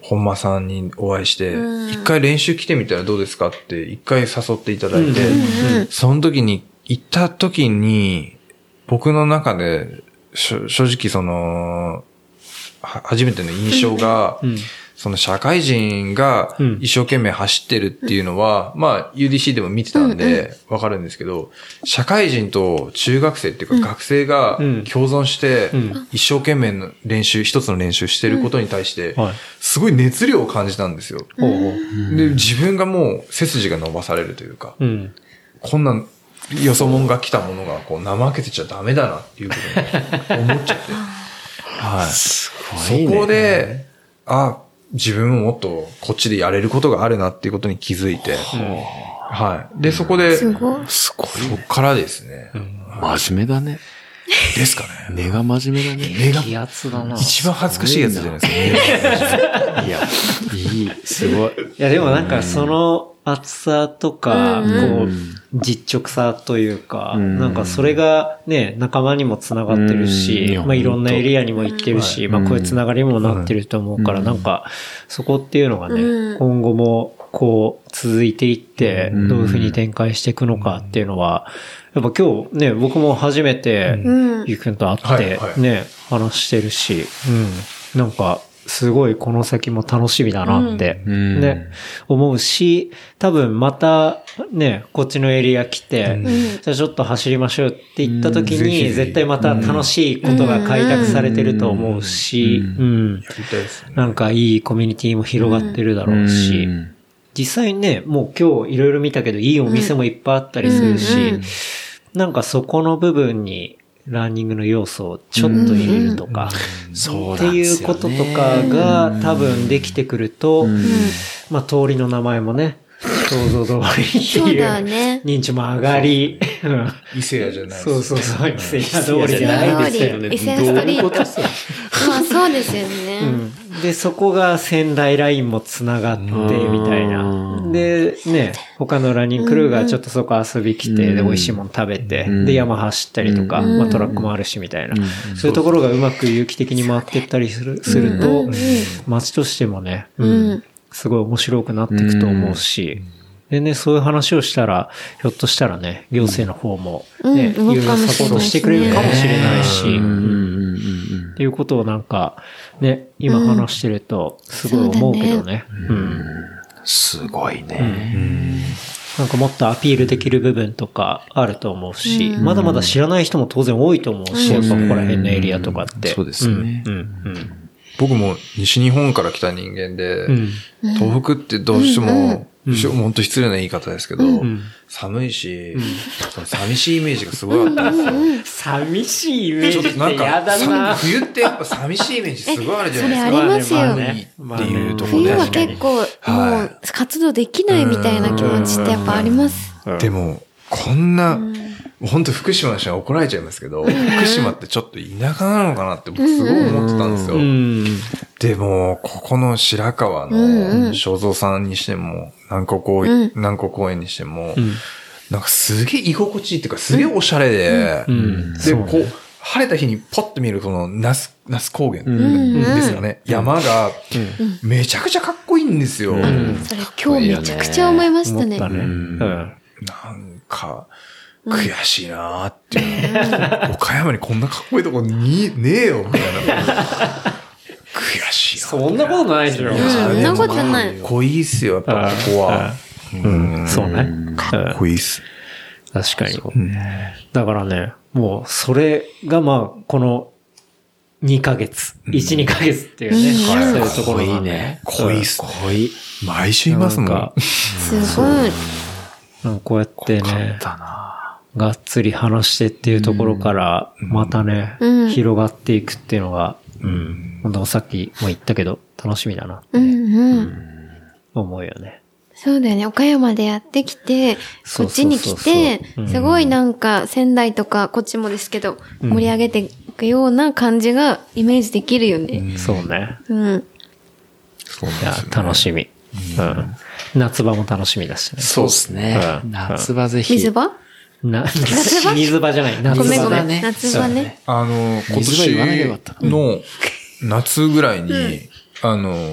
本間さんにお会いして、一回練習来てみたらどうですかって一回誘っていただいて、その時に行った時に、僕の中で正直初めての印象が、その社会人が一生懸命走ってるっていうのは、まあ UDC でも見てたんでわかるんですけど、社会人と中学生っていうか学生が共存して一生懸命の練習、一つの練習してることに対して、すごい熱量を感じたんですよ。で、自分がもう背筋が伸ばされるというか、こんなよそ者が来たものがこう怠けてちゃダメだなっていうことに思っちゃって。はい。 すごいね。 そこで、自分ももっとこっちでやれることがあるなっていうことに気づいて、はい。で、そこで、 すごい。 そこからですね。 真面目だね。 ですかね。 根が真面目だね。 根が、 やつだな。 一番恥ずかしいやつじゃないですか。 いや、いい、すごい。 いや、でもなんかその厚さとか、こう、実直さというか、なんかそれがね、仲間にもつながってるし、まあいろんなエリアにも行ってるし、まあこういうつながりにもなってると思うから、なんかそこっていうのがね、今後もこう続いていって、どういうふうに展開していくのかっていうのは、やっぱ今日ね、僕も初めてゆうくんと会ってね、話してるし、なんか、すごいこの先も楽しみだなってね、思うし、多分またね、こっちのエリア来て、じゃあちょっと走りましょうって言った時に、絶対また楽しいことが開拓されてると思うし、なんかいいコミュニティも広がってるだろうし、実際ね、もう今日いろいろ見たけど、いいお店もいっぱいあったりするし、なんかそこの部分に、ランニングの要素をちょっと入れるとか、っていうこととかが多分できてくると、まあ通りの名前もね、想像通りっていう認知も上がり、 伊勢屋じゃないそうそうそう、伊勢屋通りじゃないですけどね。 伊勢屋ストリート。まあそうですよね。 で、そこが仙台ラインもつながって、みたいな。で、ね、他のランニングクルーがちょっとそこ遊び来て、で、美味しいもの食べて、で、山走ったりとか、まあトラックもあるし、みたいな。そういうところがうまく有機的に回っていったりすると、街としてもね、すごい面白くなっていくと思うし、でね、そういう話をしたら、ひょっとしたらね、行政の方もね、いろいろサポートしてくれるかもしれないし、っていうことをなんか、ね、今話してると、すごい思うけどね。 すごいね。 なんかもっとアピールできる部分とかあると思うし、まだまだ知らない人も当然多いと思うし、やっぱここら辺のエリアとかって。 そうですね。 僕も西日本から来た人間で、東北ってどうしても、本当失礼な言い方ですけど、寒いし、寂しいイメージがすごいあったんですよ。 寂しいイメージってやだな。 冬ってやっぱ寂しいイメージすごいあるじゃないですか。 それありますよ。 っていうところで。 冬は結構、もう活動できないみたいな気持ちってやっぱあります。 でも、こんな、本当福島の人は怒られちゃいますけど、福島ってちょっと田舎なのかなって僕すごい思ってたんですよ。でも、ここの白川の正蔵さんにしても、南湖公園にしても、なんかすげえ居心地いいっていうか、すげえおしゃれで、で、こう、晴れた日にポッと見るこの那須高原ですよね。山がめちゃくちゃかっこいいんですよ。 それ今日めちゃくちゃ思いましたね。 なんか、悔しいなーっていう。岡山にこんなかっこいいとこねえよ、みたいな。悔しいな。 そんなことないでしょ。 そんなことない。 かっこいいっすよ、やっぱここは。 そうね。 かっこいいっす。 確かに。だからね、もうそれがまあ、この2ヶ月、1、2ヶ月っていうね、そういうところいいね。 濃いっす。濃い。毎週いますもん。 すごい。 こうやってね、がっつり話してっていうところから、またね、広がっていくっていうのが、本当さっきも言ったけど、楽しみだなって思うよね。 そうだよね。岡山でやってきて、こっちに来て、すごいなんか仙台とかこっちもですけど、盛り上げていくような感じがイメージできるよね。 そうね。 そういや、楽しみ。夏場も楽しみだしね。 そうですね。夏場ぜひ。 水場水場じゃない。夏場ね。 夏場ね。 今年の夏ぐらいに、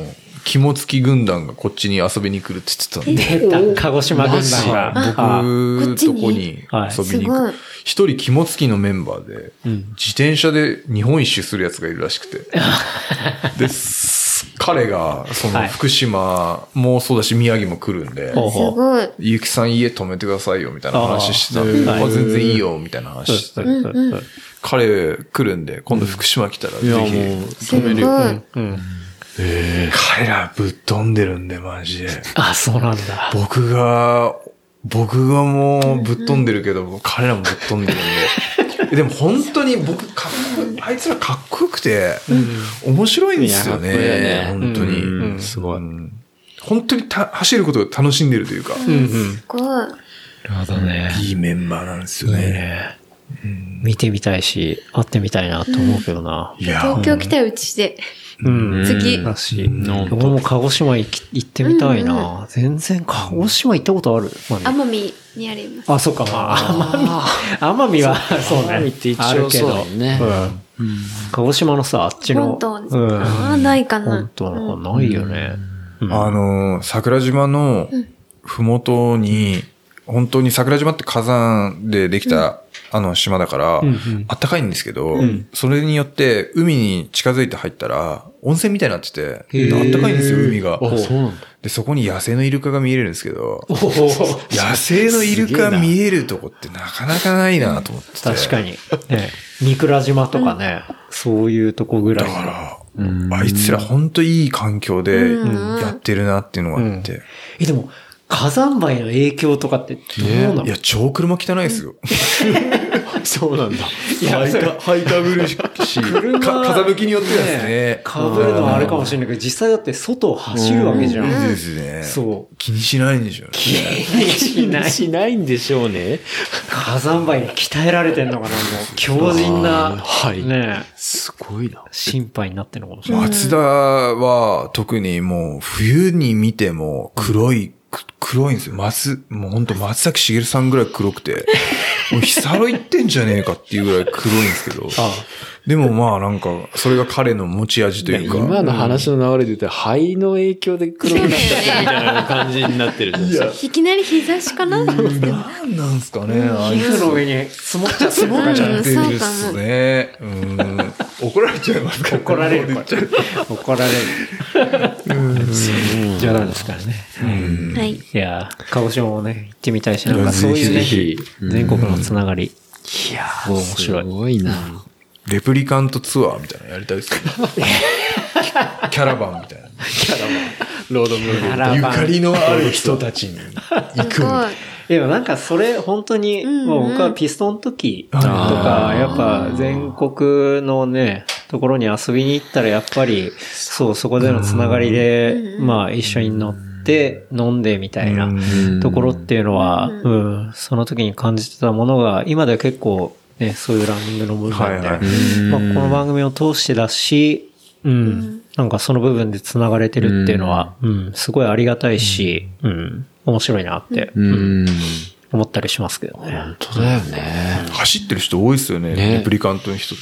肝付き軍団がこっちに遊びに来るって言ってたんで。鹿児島軍団が。 僕とこに遊びに行く。一人肝付きのメンバーで、自転車で日本一周するやつがいるらしくて。で、彼が、その福島もそうだし宮城も来るんで、ゆきさん家泊めてくださいよみたいな話してたんで、全然いいよみたいな話してた。彼来るんで、今度福島来たらぜひ泊めるよ。彼らぶっ飛んでるんで、マジで。 あ、そうなんだ。 僕がもうぶっ飛んでるけど、彼らもぶっ飛んでるんで。でも本当にあいつらかっこよくて、面白いんですよね。本当に。すごい。本当に走ることを楽しんでるというか。すごい。 なるほどね。 いいメンバーなんですよね。 見てみたいし、会ってみたいなと思うけどな。 東京来たよ、うちで。次。 らしい。僕も鹿児島行ってみたいな。全然鹿児島行ったことある？ 奄美にあります。 あ、そっか、まあ、奄美は、そうね。 奄美って一応そうね。 鹿児島のさ、あっちの。 本島。ないかな。 本島の方ないよね。 桜島のふもとに、本当に桜島って火山でできた、島だから、あったかいんですけど、それによって海に近づいて入ったら、温泉みたいになってて、あったかいんですよ、海が。で、そこに野生のイルカが見えるんですけど、野生のイルカ見えるとこってなかなかないなと思ってて。 確かに。三倉島とかね、そういうとこぐらい。 だから、あいつら本当いい環境でやってるなっていうのがあって。 でも、火山灰の影響とかってどうなの？ いや、超車汚いですよ。 そうなんだ。 いや、ハイかぶるし、風向きによってですね。 かぶるのはあれかもしれないけど、実際だって外を走るわけじゃん。 ですね。そう。気にしないんでしょうね。 気にしないんでしょうね。 火山灰に鍛えられてんのかな、もう強靭な。はい。ねすごいな。 心配になってるのかもしれない。 松田は特にもう冬に見ても黒いんですよ。もうほんと松崎しげるさんぐらい黒くて、もうヒサロ行ってんじゃねえかっていうぐらい黒いんですけど。でもまあなんか、それが彼の持ち味というか。 今の話の流れで言ったら、肺の影響で黒くなっちゃってるみたいな感じになってるじゃないですか。 いきなり日差しかな？ なんなんすかね。 皮膚の上に積もっちゃってるっすね。怒られちゃいますか？ 怒られる。怒られる。冗談ですからね。はい。いや、鹿児島もね、行ってみたいし、なんかそういうね、全国のつながり。いやー、面白い。 すごいな。 レプリカントツアーみたいなのやりたいですよね。キャラバンみたいな。 ロードムービー。 ゆかりのある人たちに行くみたいな。 でもなんかそれ本当に、もう僕はピストンの時とか、やっぱ全国のね、ところに遊びに行ったらやっぱり、そこでのつながりで、まあ一緒に乗って飲んでみたいなところっていうのは、その時に感じてたものが、今では結構ね、そういうランニングの部分で、まあこの番組を通してだし、なんかその部分でつながれてるっていうのは、すごいありがたいし、面白いなって、思ったりしますけどね。 本当だよね。 走ってる人多いですよね、レプリカントの人って。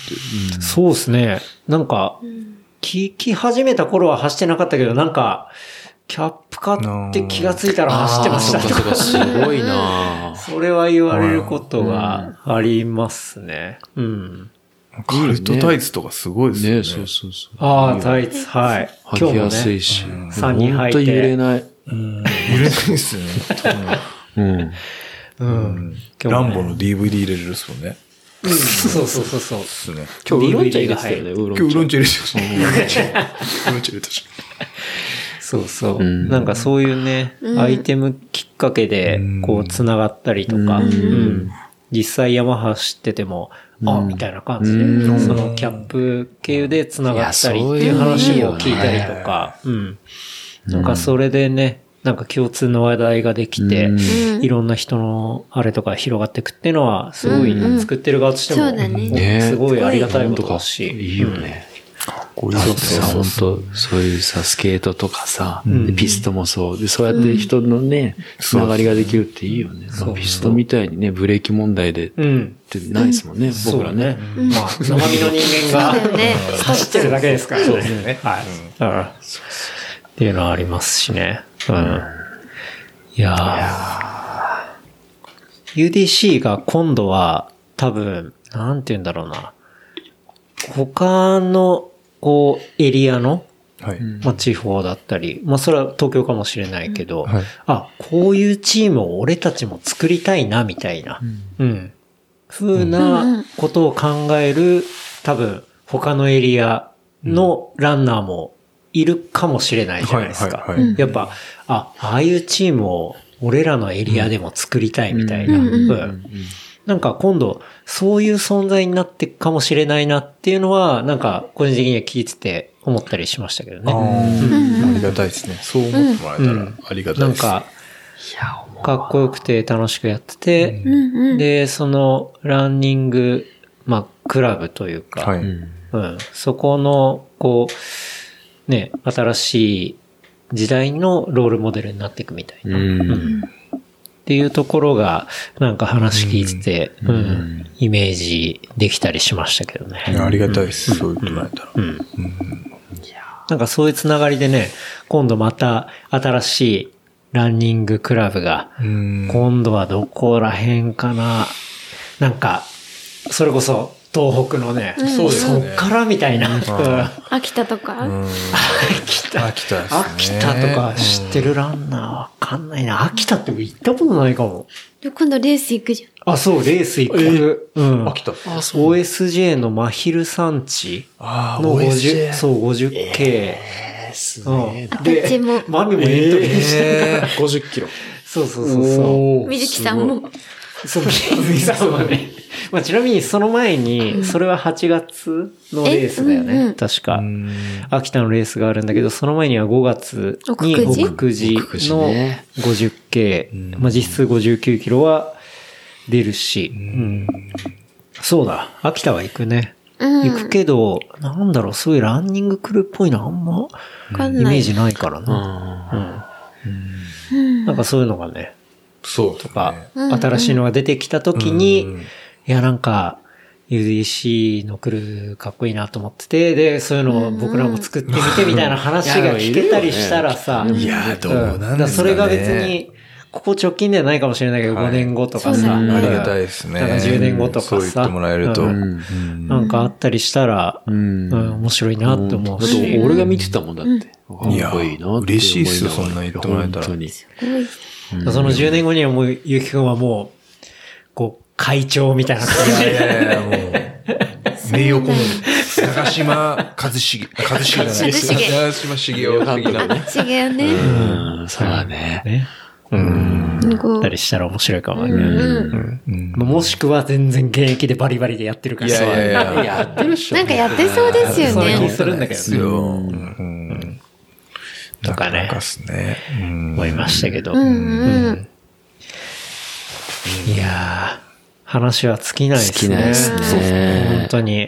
そうですね。なんか、聞き始めた頃は走ってなかったけど、なんか、キャップ買って気がついたら走ってましたとか。 すごいなそれは言われることがありますね。 カルトタイツとかすごいですよね。 そうそうそう。 ああ、タイツ、はい。 履きやすいし。 3人履いて。 ほんと揺れない。 揺れないですね。ランボの DVD 入れるですもんね。 そうそうそうそう。 ですね。 今日ウーロン茶入れてたよね、 今日ウーロン茶入れてた。ウーロン茶入れたし。 そうそう。なんかそういうね、アイテムきっかけで、こう、繋がったりとか、実際山走ってても、みたいな感じで、そのキャップ経由で繋がったりっていう話を聞いたりとか、なんかそれでね、なんか共通の話題ができて、いろんな人のあれとか広がっていくっていうのは、すごい作ってる側としても、すごいありがたいことだし。 いいよね。 かっこいいですね。本当そういうさ、スケートとかさ、ピストもそう。で、そうやって人のね、つながりができるっていいよね。ピストみたいにね、ブレーキ問題で、ってないですもんね、僕らね。 まあ、生身の人間が走ってるだけですからね。はい。 っていうのはありますしね。うん。いやー。UDC が今度は多分、なんて言うんだろうな。他の、こう、エリアの、はい、まあ地方だったり、まあそれは東京かもしれないけど、はい、あ、こういうチームを俺たちも作りたいな、みたいな、うん。風なことを考える、多分、他のエリアのランナーもいるかもしれないじゃないですか。やっぱ、ああいうチームを俺らのエリアでも作りたいみたいな。なんか今度、そういう存在になっていくかもしれないなっていうのは、なんか個人的には聞いてて思ったりしましたけどね。 ありがたいですね。そう思ってもらえたらありがたいです。 なんか、かっこよくて楽しくやってて、で、そのランニング、まあ、クラブというか、はい、そこの、こう、ね、新しい時代のロールモデルになっていくみたいな。っていうところが、なんか話聞いてて、イメージできたりしましたけどね。 ありがたいです。そう言ってもらえたら。 なんかそういうつながりでね、今度また新しいランニングクラブが、今度はどこら辺かな。なんか、それこそ東北のね、そっからみたいな。 秋田とか秋田とか知ってるランナーわかんないな。秋田って行ったことないかも。 今度レース行くじゃん。あ、そう、レース行く。秋田。OSJ の真昼山地の50、そう、50K。 すげえ。 で、マミもエントリーして 50キロ。 そう。 水木さんも。 そう、水木さんもね。まあ、ちなみにその前に、それは8月のレースだよね。確か。秋田のレースがあるんだけど、その前には5月に奥久慈の 50K、まあ、実質59キロは出るし、そうだ、秋田は行くね。行くけど、なんだろう、そういうランニングクルーっぽいのあんまイメージないからな。なんかそういうのがね、 そうとか、新しいのが出てきたときに、いや、なんか、UDC のクルーかっこいいなと思ってて、で、そういうのを僕らも作ってみてみたいな話が聞けたりしたらさ、 いや、どうなんですかね。 それが別に、ここ直近ではないかもしれないけど、5年後とかさ、 ありがたいですね。 なんか10年後とかさ、 そう言ってもらえると、 なんかあったりしたら、面白いなって思うし。 俺が見てたもんだって。 いや、嬉しいっすよ、そんな言ってもらえたら。 その10年後にはもう、ゆうきくんはもう、こう、会長みたいな感じで。 いや、もう、名誉顧問。長島一茂。長島茂雄的な。 茂雄ね。 そうだね。 たりしたら面白いかもね。もしくは全然現役でバリバリでやってるから。 いや、 やってるっしょ。 なんかやってそうですよね。 そういう気するんだけどね。 とかね。思いましたけど。いやー。話は尽きないですね。尽きないですね。本当に。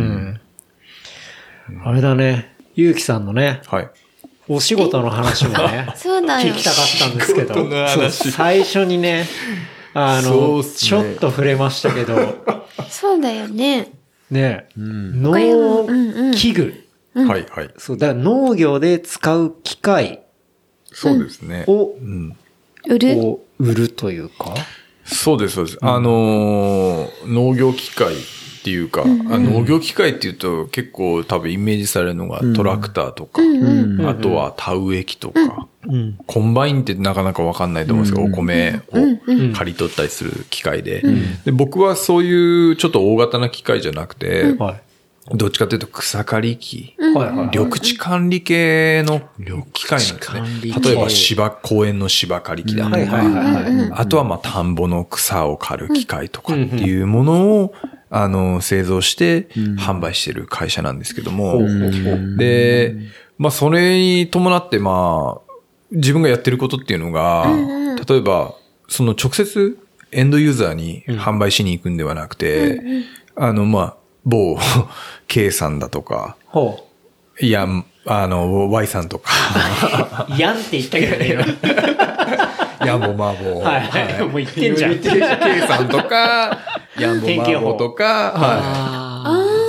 あれだね。ゆうきさんのね。 はい。 お仕事の話もね。 そうだよ。 聞きたかったんですけど。最初にね、ちょっと触れましたけど。 そうだよね。 ね、農機具。 はいはい。 そう、だから農業で使う機械。 そうですね。 を、売るというか。 そうです、そうです。農業機械っていうか、農業機械っていうと結構多分イメージされるのがトラクターとか、あとは田植え機とか、コンバインってなかなかわかんないと思うんですけど、お米を刈り取ったりする機械で、で僕はそういうちょっと大型な機械じゃなくて、どっちかというと草刈り機、緑地管理系の機械なんですね。例えば公園の芝刈り機だとか、あとはまあ田んぼの草を刈る機械とかっていうものを製造して販売してる会社なんですけども、で、まあそれに伴ってまあ自分がやってることっていうのが、例えばその直接エンドユーザーに販売しに行くんではなくて、まあ某 K さんだとか、いや、Y さんとか。 やんって言ったけどね、 今。やんぼまぼ。 はい。もう言ってんじゃん。 K さんとか、やんぼまぼとか、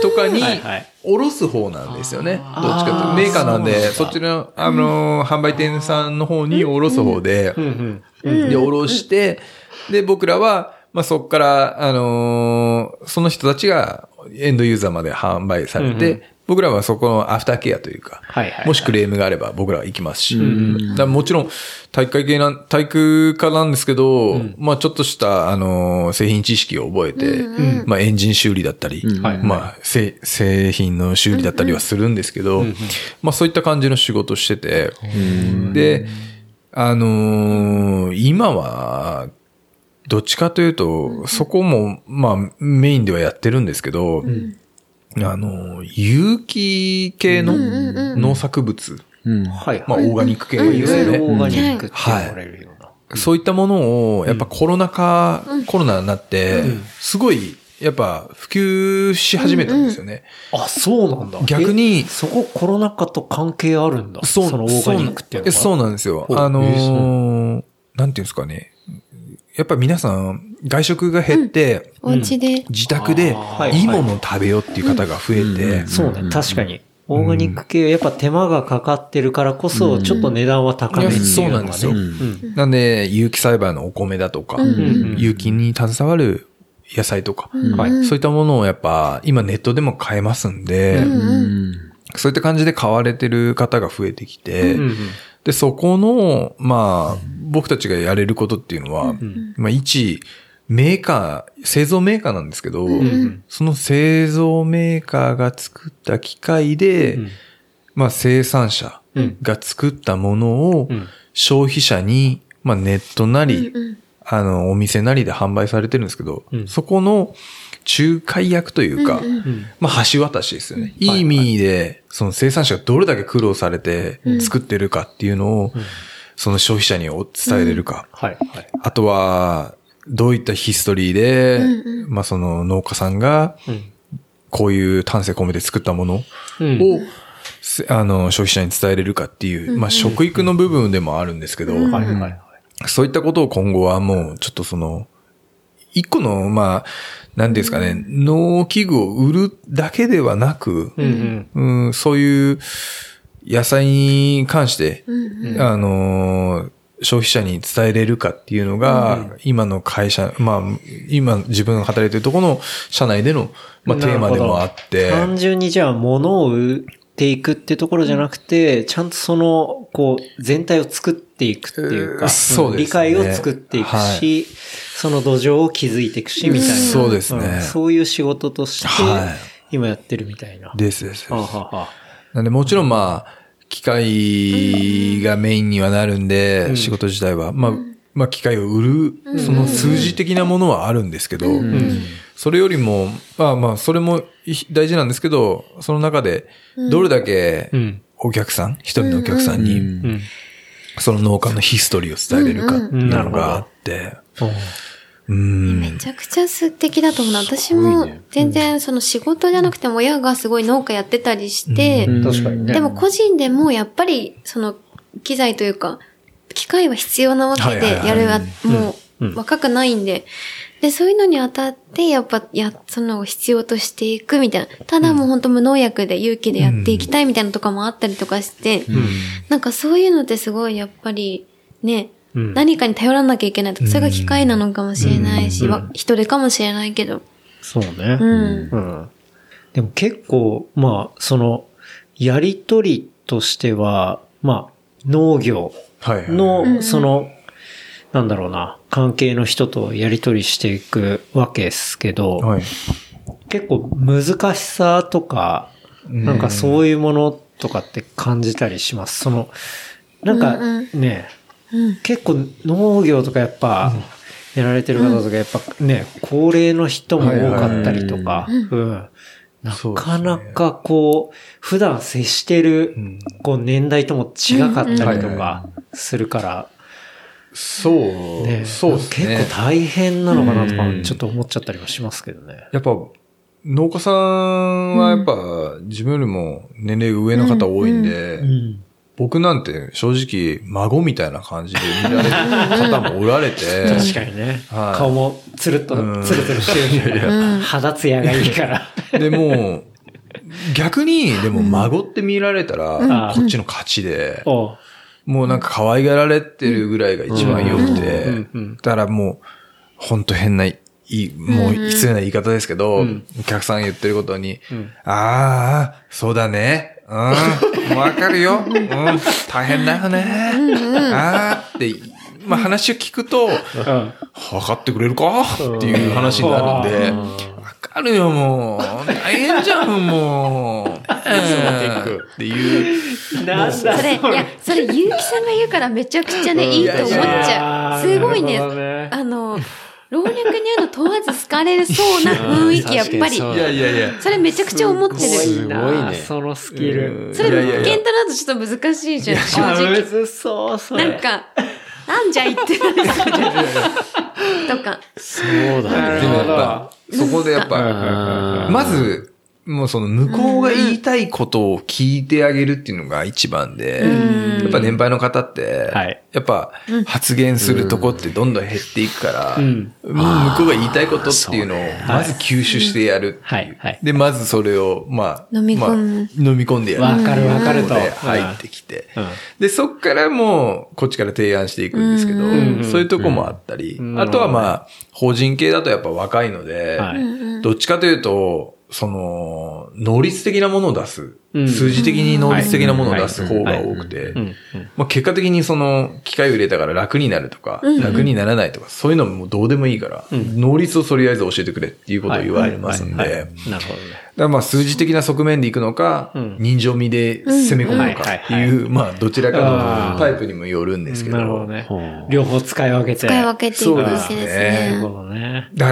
とかにおろす方なんですよね。どっちかというとメーカーなんで、そっちの販売店さんの方におろす方で、でおろして、で僕らはまあそこからその人たちがエンドユーザーまで販売されて、僕らはそこのアフターケアというか、もしクレームがあれば僕らは行きますし、だもちろん体育科なんですけど、まあちょっとした製品知識を覚えて、まあエンジン修理だったり、まあ製品の修理だったりはするんですけど、まあそういった感じの仕事をしてて、で、今はどっちかというと、そこもまあメインではやってるんですけど、有機系の農作物。まあ、オーガニック系いわゆるオーガニックって言われるような。 そういったものを、やっぱコロナになって、すごい、やっぱ普及し始めたんですよね。 あ、そうなんだ。 逆に、 そこコロナ禍と関係あるんだ。そのオーガニックっていうのは。 そうなんですよ。なんていうんですかね。やっぱ皆さん、外食が減って、自宅でいいものを食べようっていう方が増えて。 そうね、確かに。オーガニック系はやっぱ手間がかかってるからこそ、ちょっと値段は高めっていうのがね。 そうなんですよ。なんで、有機栽培のお米だとか、有機に携わる野菜とか、そういったものをやっぱ今ネットでも買えますんで、そういった感じで買われてる方が増えてきて、で、そこの、まあ、僕たちがやれることっていうのは、まあ、一製造メーカーなんですけど、その製造メーカーが作った機械で、まあ、生産者が作ったものを消費者に、まあ、ネットなり、お店なりで販売されてるんですけど、そこの仲介役というか、まあ、橋渡しですよね。いい意味で、その生産者がどれだけ苦労されて作ってるかっていうのを、その消費者に伝えれるか。あとは、どういったヒストリーで、まあその農家さんが、こういう丹精込めて作ったものを、消費者に伝えれるかっていう、まあ食育の部分でもあるんですけど、そういったことを今後はもうちょっと一個の、まあ、なんですかね、農機具を売るだけではなく、そういう野菜に関して、消費者に伝えれるかっていうのが、今の会社、まあ、今自分が働いてるところの社内での、まあ、テーマでもあって。 単純にじゃあ物を売っていくってところじゃなくて、ちゃんとこう、全体を作っていくっていうか、 そうですね。 理解を作っていくし、その土壌を築いていくし、みたいな。 そうですね。 そういう仕事として、今やってるみたいな。 です。なんでもちろんまあ、機械がメインにはなるんで、仕事自体は。まあ、機械を売る、その数字的なものはあるんですけど、それよりも、まあ、それも大事なんですけど、その中で、どれだけお客さん、一人のお客さんに、その農家のヒストリーを伝えれるかっていうのがあって、 めちゃくちゃ素敵だと思う。私も全然その仕事じゃなくても親がすごい農家やってたりして、でも個人でもやっぱりその機材というか、機械は必要なわけでやるもう若くないんで、で、そういうのにあたって、やっぱ、その必要としていくみたいな。ただもう本当無農薬で有機でやっていきたいみたいなとかもあったりとかして、なんかそういうのってすごいやっぱりね、何かに頼らなきゃいけないとか、それが機械なのかもしれないし、人手かもしれないけど。 そうね。でも結構、まあ、やりとりとしては、まあ、農業の、なんだろうな、関係の人とやりとりしていくわけですけど、結構難しさとか、なんかそういうものとかって感じたりします。なんかね、結構農業とかやっぱ、やられてる方とかやっぱね、高齢の人も多かったりとか、なかなかこう、普段接してるこう年代とも違かったりとかするから、 そうですね。 結構大変なのかなとか、ちょっと思っちゃったりもしますけどね。 やっぱ、農家さんはやっぱ、自分よりも年齢上の方多いんで、僕なんて正直孫みたいな感じで見られる方もおられて。 確かにね。顔もツルッと、ツルツルしてるし、肌ツヤがいいから。 でも、 逆に、でも孫って見られたら、こっちの勝ちで、もうなんか可愛がられてるぐらいが一番良くて、だからもう、ほんと変な、もう失礼な言い方ですけど、お客さん言ってることに、ああ、そうだね。わかるよ。大変だよね。ああって、まあ話を聞くと、分かってくれるかっていう話になるんで、わかるよ、もう。大変じゃん、もう。っていう。 なんだそれ、いや、それ、ゆうきさんが言うからめちゃくちゃね、いいと思っちゃう。すごいね。老若に問わず好かれるそうな雰囲気、やっぱり。いやいやいや。 それめちゃくちゃ思ってる。 すごいね。 そのスキル。 それ、ケンタだとちょっと難しいじゃん、正直。 むずそう、それ。 なんか、なんじゃ言ってないですかとか。 そうだね。 でもやっぱ、そこでやっぱ、まず、もうその向こうが言いたいことを聞いてあげるっていうのが一番で、やっぱ年配の方って、やっぱ発言するとこってどんどん減っていくから、もう向こうが言いたいことっていうのをまず吸収してやるっていう。で、まずそれを、まあ、飲み込んでやる。 わかるわかると。 入ってきて。で、そっからもうこっちから提案していくんですけど、そういうとこもあったり、あとはまあ、法人系だとやっぱ若いので、どっちかというと、その、能率的なものを出す。数字的に能率的なものを出す方が多くて、まあ結果的にその、機械を入れたから楽になるとか、楽にならないとか、そういうのもどうでもいいから、能率をとりあえず教えてくれっていうことを言われますんで、なるほどね。だからまあ数字的な側面でいくのか、人情味で攻め込むのかっていう、まあどちらかのタイプにもよるんですけど。 なるほどね。両方使い分けて。 使い分けていくわけですね。 なるほどね。 だから、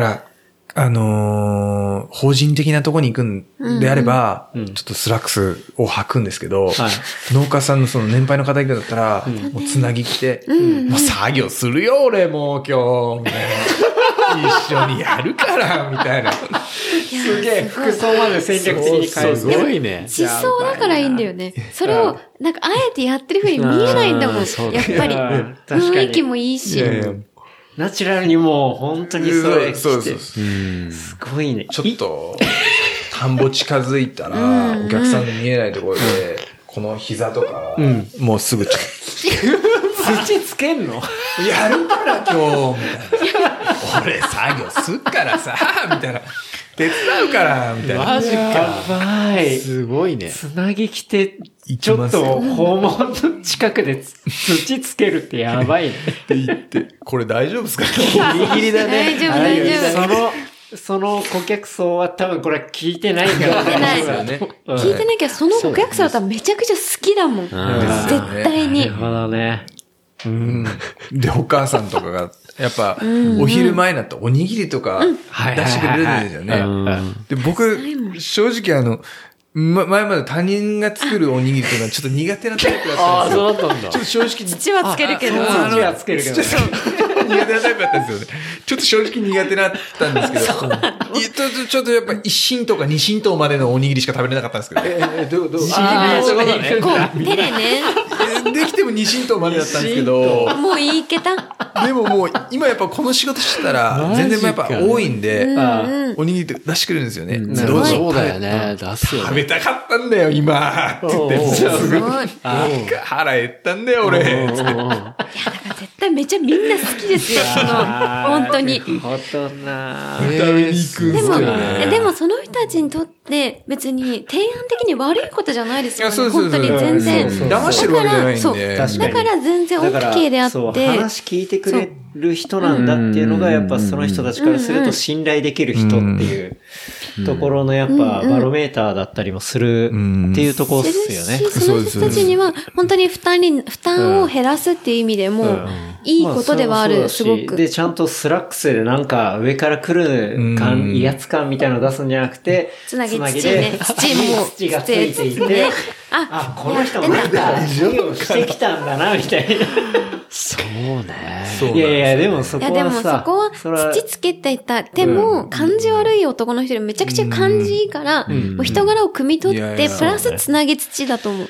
法人的なとこに行くんであれば、ちょっとスラックスを履くんですけど、農家さんのその年配の方だったら、もうつなぎ着て、もう作業するよ、俺もう今日、一緒にやるから、みたいな。 すげえ、服装まで戦略的に変える。 すごいね。 思想だからいいんだよね。それを、なんかあえてやってる風に見えないんだもん。やっぱり。雰囲気もいいし。 ナチュラルにもう本当にそうすごいね。 ちょっと、田んぼ近づいたら、お客さんの見えないところで、この膝とか、もうすぐ土つけんのやるから今日、みたいな。俺作業すっからさ、みたいな。手伝うから、みたいな。 マジか。 やばい。 すごいね。 つなぎ着て、ちょっと訪問の近くで土つけるってやばいね。 って言って、これ大丈夫ですか？ ギリギリだね。 大丈夫、大丈夫。 その顧客層は多分これ聞いてないからね。聞いてないけど、その顧客層は多分めちゃくちゃ好きだもん。絶対に。 なるほどね。 で、お母さんとかが、やっぱ、お昼前になっておにぎりとか出してくれるんですよね。で、僕、正直前まで他人が作るおにぎりというのはちょっと苦手なタイプだったんですよ。 ああ、そうだったんだ。 ちょっと正直。 土はつけるけど。 土はつけるけど。 苦手なタイプだったんですよね。ちょっと正直苦手だったんですけど。ちょっとやっぱ一神とか二神等までのおにぎりしか食べれなかったんですけど。 どうそうだね。 こう、手でね。 できても二神等までだったんですけど。 もういいけた。 でももう、今やっぱこの仕事してたら、全然やっぱ多いんで、おにぎりって出してくれるんですよね。 そうだよね。出すよ。 食べたかったんだよ、今って言って、すごい。腹減ったんだよ、俺。いや、だから絶対めちゃみんな好きですよ、本当に。 本当な食べに行くんですけどね。 でもその人たちにとって別に提案的に悪いことじゃないですよね。本当に全然。 騙してるわけじゃないんで。 だから全然 OK であって。 話聞いてくれる人なんだっていうのがやっぱその人たちからすると信頼できる人っていうところのやっぱバロメーターだったりもするっていうところですよね。 その人たちには本当に負担を減らすっていう意味でもいいことではある、すごく。 で、ちゃんとスラックスでなんか上から来る威圧感みたいなのを出すんじゃなくて、 つなぎ土ね。 土がついていて、この人もなんか授業してきたんだな、みたいな。 そうね。 いやいや、でもそこはさ。いや、でもそこは土つけていた。でも、感じ悪い男の人よりめちゃくちゃ感じいいから、もう人柄を汲み取って、プラスつなぎ土だと思う。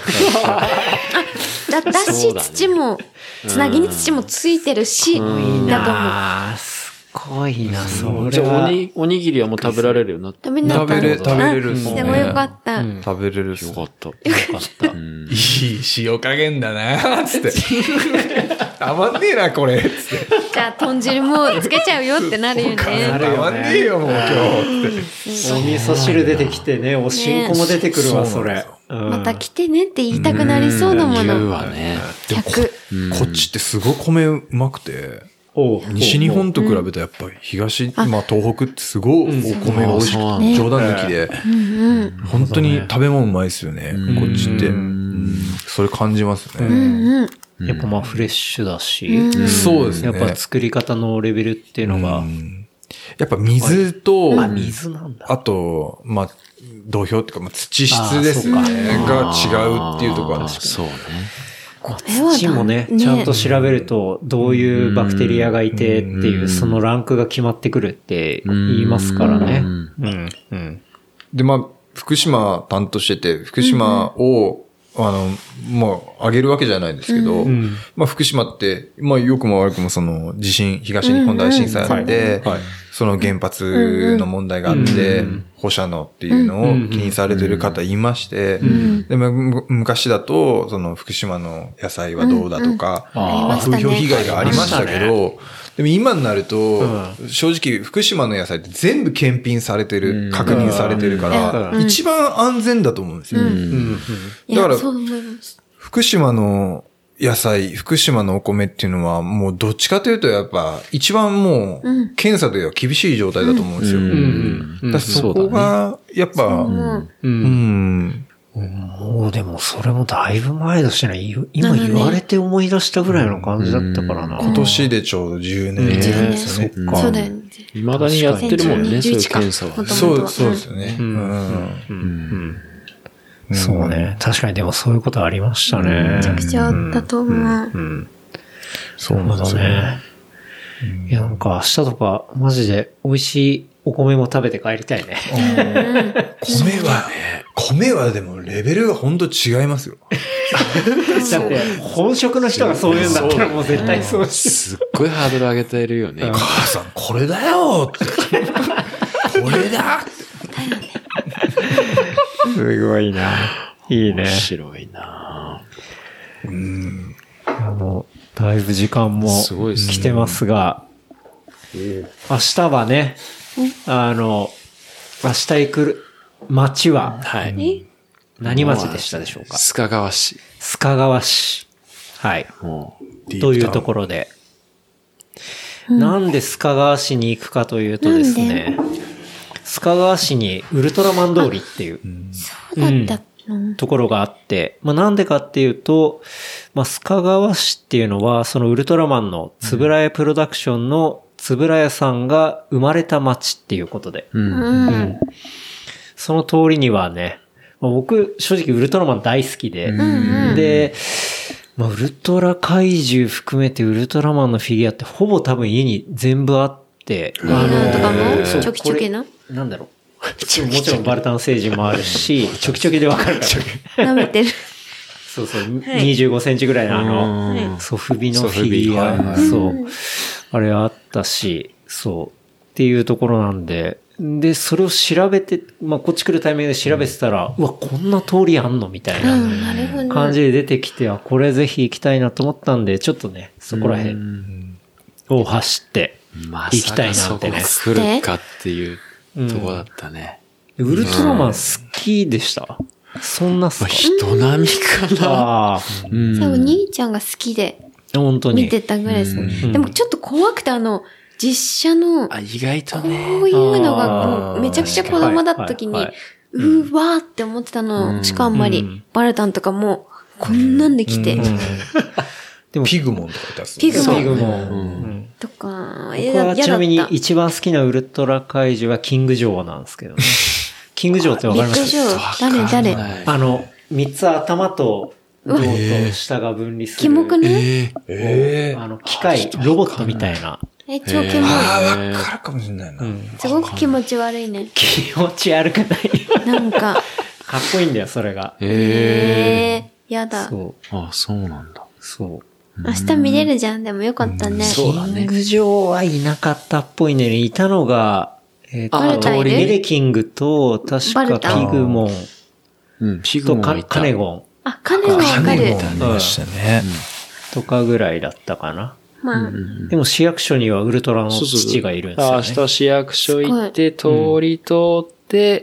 だし、土も、つなぎに土もついてるし、だと思う。 ごいな、それは。おにぎりはもう食べられるようになって。 食べれるっすね。 でもよかった。 食べれるっす。 よかった。 よかった。 いい塩加減だな、つって。たまんねえな、これ、つって。 じゃあ、豚汁もつけちゃうよってなるよね。 たまんねえよ、もう今日。 お味噌汁出てきてね、おしんこも出てくるわ、それ。 また来てねって言いたくなりそうなもの。 言うわね。 こっちってすごい米うまくて。西日本と比べたらやっぱり東北ってすごいお米が美味しく、冗談抜きで、本当に食べ物うまいですよね、こっちって。それ感じますね。 やっぱフレッシュだし、 そうですね。 やっぱ作り方のレベルっていうのが、 やっぱ水と、 水なんだ。 あと、土俵っていうか、土質ですね、が違うっていうところはそうね。 土もね、ちゃんと調べると、どういうバクテリアがいてっていう、そのランクが決まってくるって言いますからね。 で、福島担当してて、福島を、もう、あげるわけじゃないですけど、福島って、良くも悪くも地震、東日本大震災あって、その原発の問題があって、放射能っていうのを気にされてる方いまして、で昔だと、福島の野菜はどうだとか、風評被害がありましたけど、でも今になると、正直福島の野菜って全部検品されてる、確認されてるから、一番安全だと思うんですよ。だから、福島の野菜、福島のお米っていうのは、もうどっちかというとやっぱ、一番もう、検査では厳しい状態だと思うんですよ。だそこが、やっぱ、 もうでもそれもだいぶ前だしね、今言われて思い出したぐらいの感じだったからな。 今年でちょうど10年ですね。 そっか。 そうだよね。 未だにやってるもんね、そういう検査は。 そうですよね。 そうね。確かにでもそういうことありましたね。 めちゃくちゃあったと思う。 そうだね。いや、なんか明日とかマジで美味しいお米も食べて帰りたいね。 米はでもレベルがほんと違いますよ。 だって本職の人がそういうんだったらもう絶対そうし。 すっごいハードル上げてるよね。 母さんこれだよって。これだすごいな。いいね。 面白いな。 だいぶ時間も来てますが、明日はね、明日行く町は、何町でしたでしょうか？ 須賀川市。 須賀川市。はい。というところで。なんで須賀川市に行くかというとですね、須賀川市にウルトラマン通りっていう、ところがあって、なんでかっていうと、須賀川市っていうのは、そのウルトラマンのつぶらやプロダクションのつぶらやさんが生まれた町っていうことで。その通りにはね、僕正直ウルトラマン大好きで、で、ウルトラ怪獣含めてウルトラマンのフィギュアってほぼ多分家に全部あって、 とかもチョキチョキななんだろう。もちろんバルタン星人もあるし、チョキチョキでわかるから。 舐めてる。 そうそう、25センチぐらいのソフビのフィギュア。そう。あれあったし、そう。っていうところなんで、で、それを調べて、こっち来るタイミングで調べてたら、うわ、こんな通りあんのみたいな感じで出てきて、これぜひ行きたいなと思ったんで、ちょっとね、そこら辺を走って行きたいなってね。 来るかっていうとこだったね。 ウルトラマン好きでした？そんな好き？ 人並みかな。 お兄ちゃんが好きで本当に見てたぐらいですね。でもちょっと怖くて実写の意外とね、 こういうのがめちゃくちゃ子供だった時にうわーって思ってたのしかあんまりバルタンとかもこんなんで来て、 でもピグモンとか言ったっすね。ピグモンとか、 僕はちなみに一番好きなウルトラ怪獣はキングジョーなんですけどね。キングジョーってわかりますか？誰 3つ頭と胴と下が分離する。 キモくね？ 機械、ロボットみたいな。 超キモい。 わかるかもしれないな。 すごく気持ち悪いね。 気持ち悪くない。 なんか。 かっこいいんだよ、それが。 やだ。 そう。そうなんだ。 そう。 明日見れるじゃん。でもよかったね。 そうだね。キング・ジョーはいなかったっぽいね。いたのが、メレキングと、確かピグモン。 ピグモンとカネゴン。 あ、カネゴンわかる。 カネゴンいましたね。 とかぐらいだったかな。まあ、でも市役所にはウルトラの父がいるんですよね。 明日市役所行って、通り通って、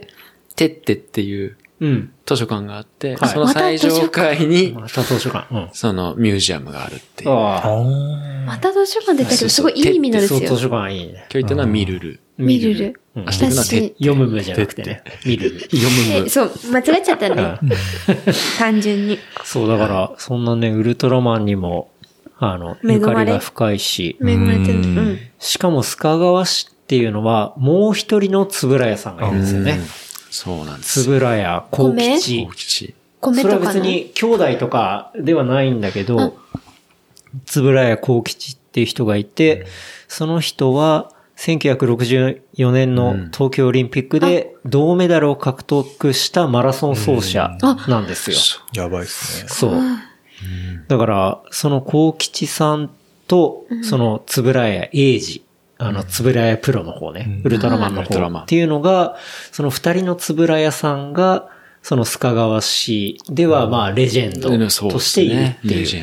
テッテっていう図書館があって、その最上階に、 また図書館。 そのミュージアムがあるっていう。 また図書館出たけど、すごいいい意味なんですよ。 図書館いいね。 今日言ったのはミルル。 ミルル。 読むむじゃなくてね。ミルル。読むむ。 そう、間違えちゃったね。単純に。 そう、だから、そんなね、ウルトラマンにも、ゆかりが深いし。 恵まれてる。 しかも、須賀川市っていうのは、もう一人のつぶら屋さんがいるんですよね。 そうなんです。 つぶら屋、幸吉。それは別に兄弟とかではないんだけど、つぶら屋幸吉っていう人がいて、その人は、1964年の東京オリンピックで銅メダルを獲得したマラソン走者なんですよ。 やばいですね。 そう。だから、その幸吉さんと、そのつぶらや英二、つぶらやプロの方ね、ウルトラマンの方っていうのが、その二人のつぶらやさんが、その須賀川市ではまあレジェンドとしているっていう。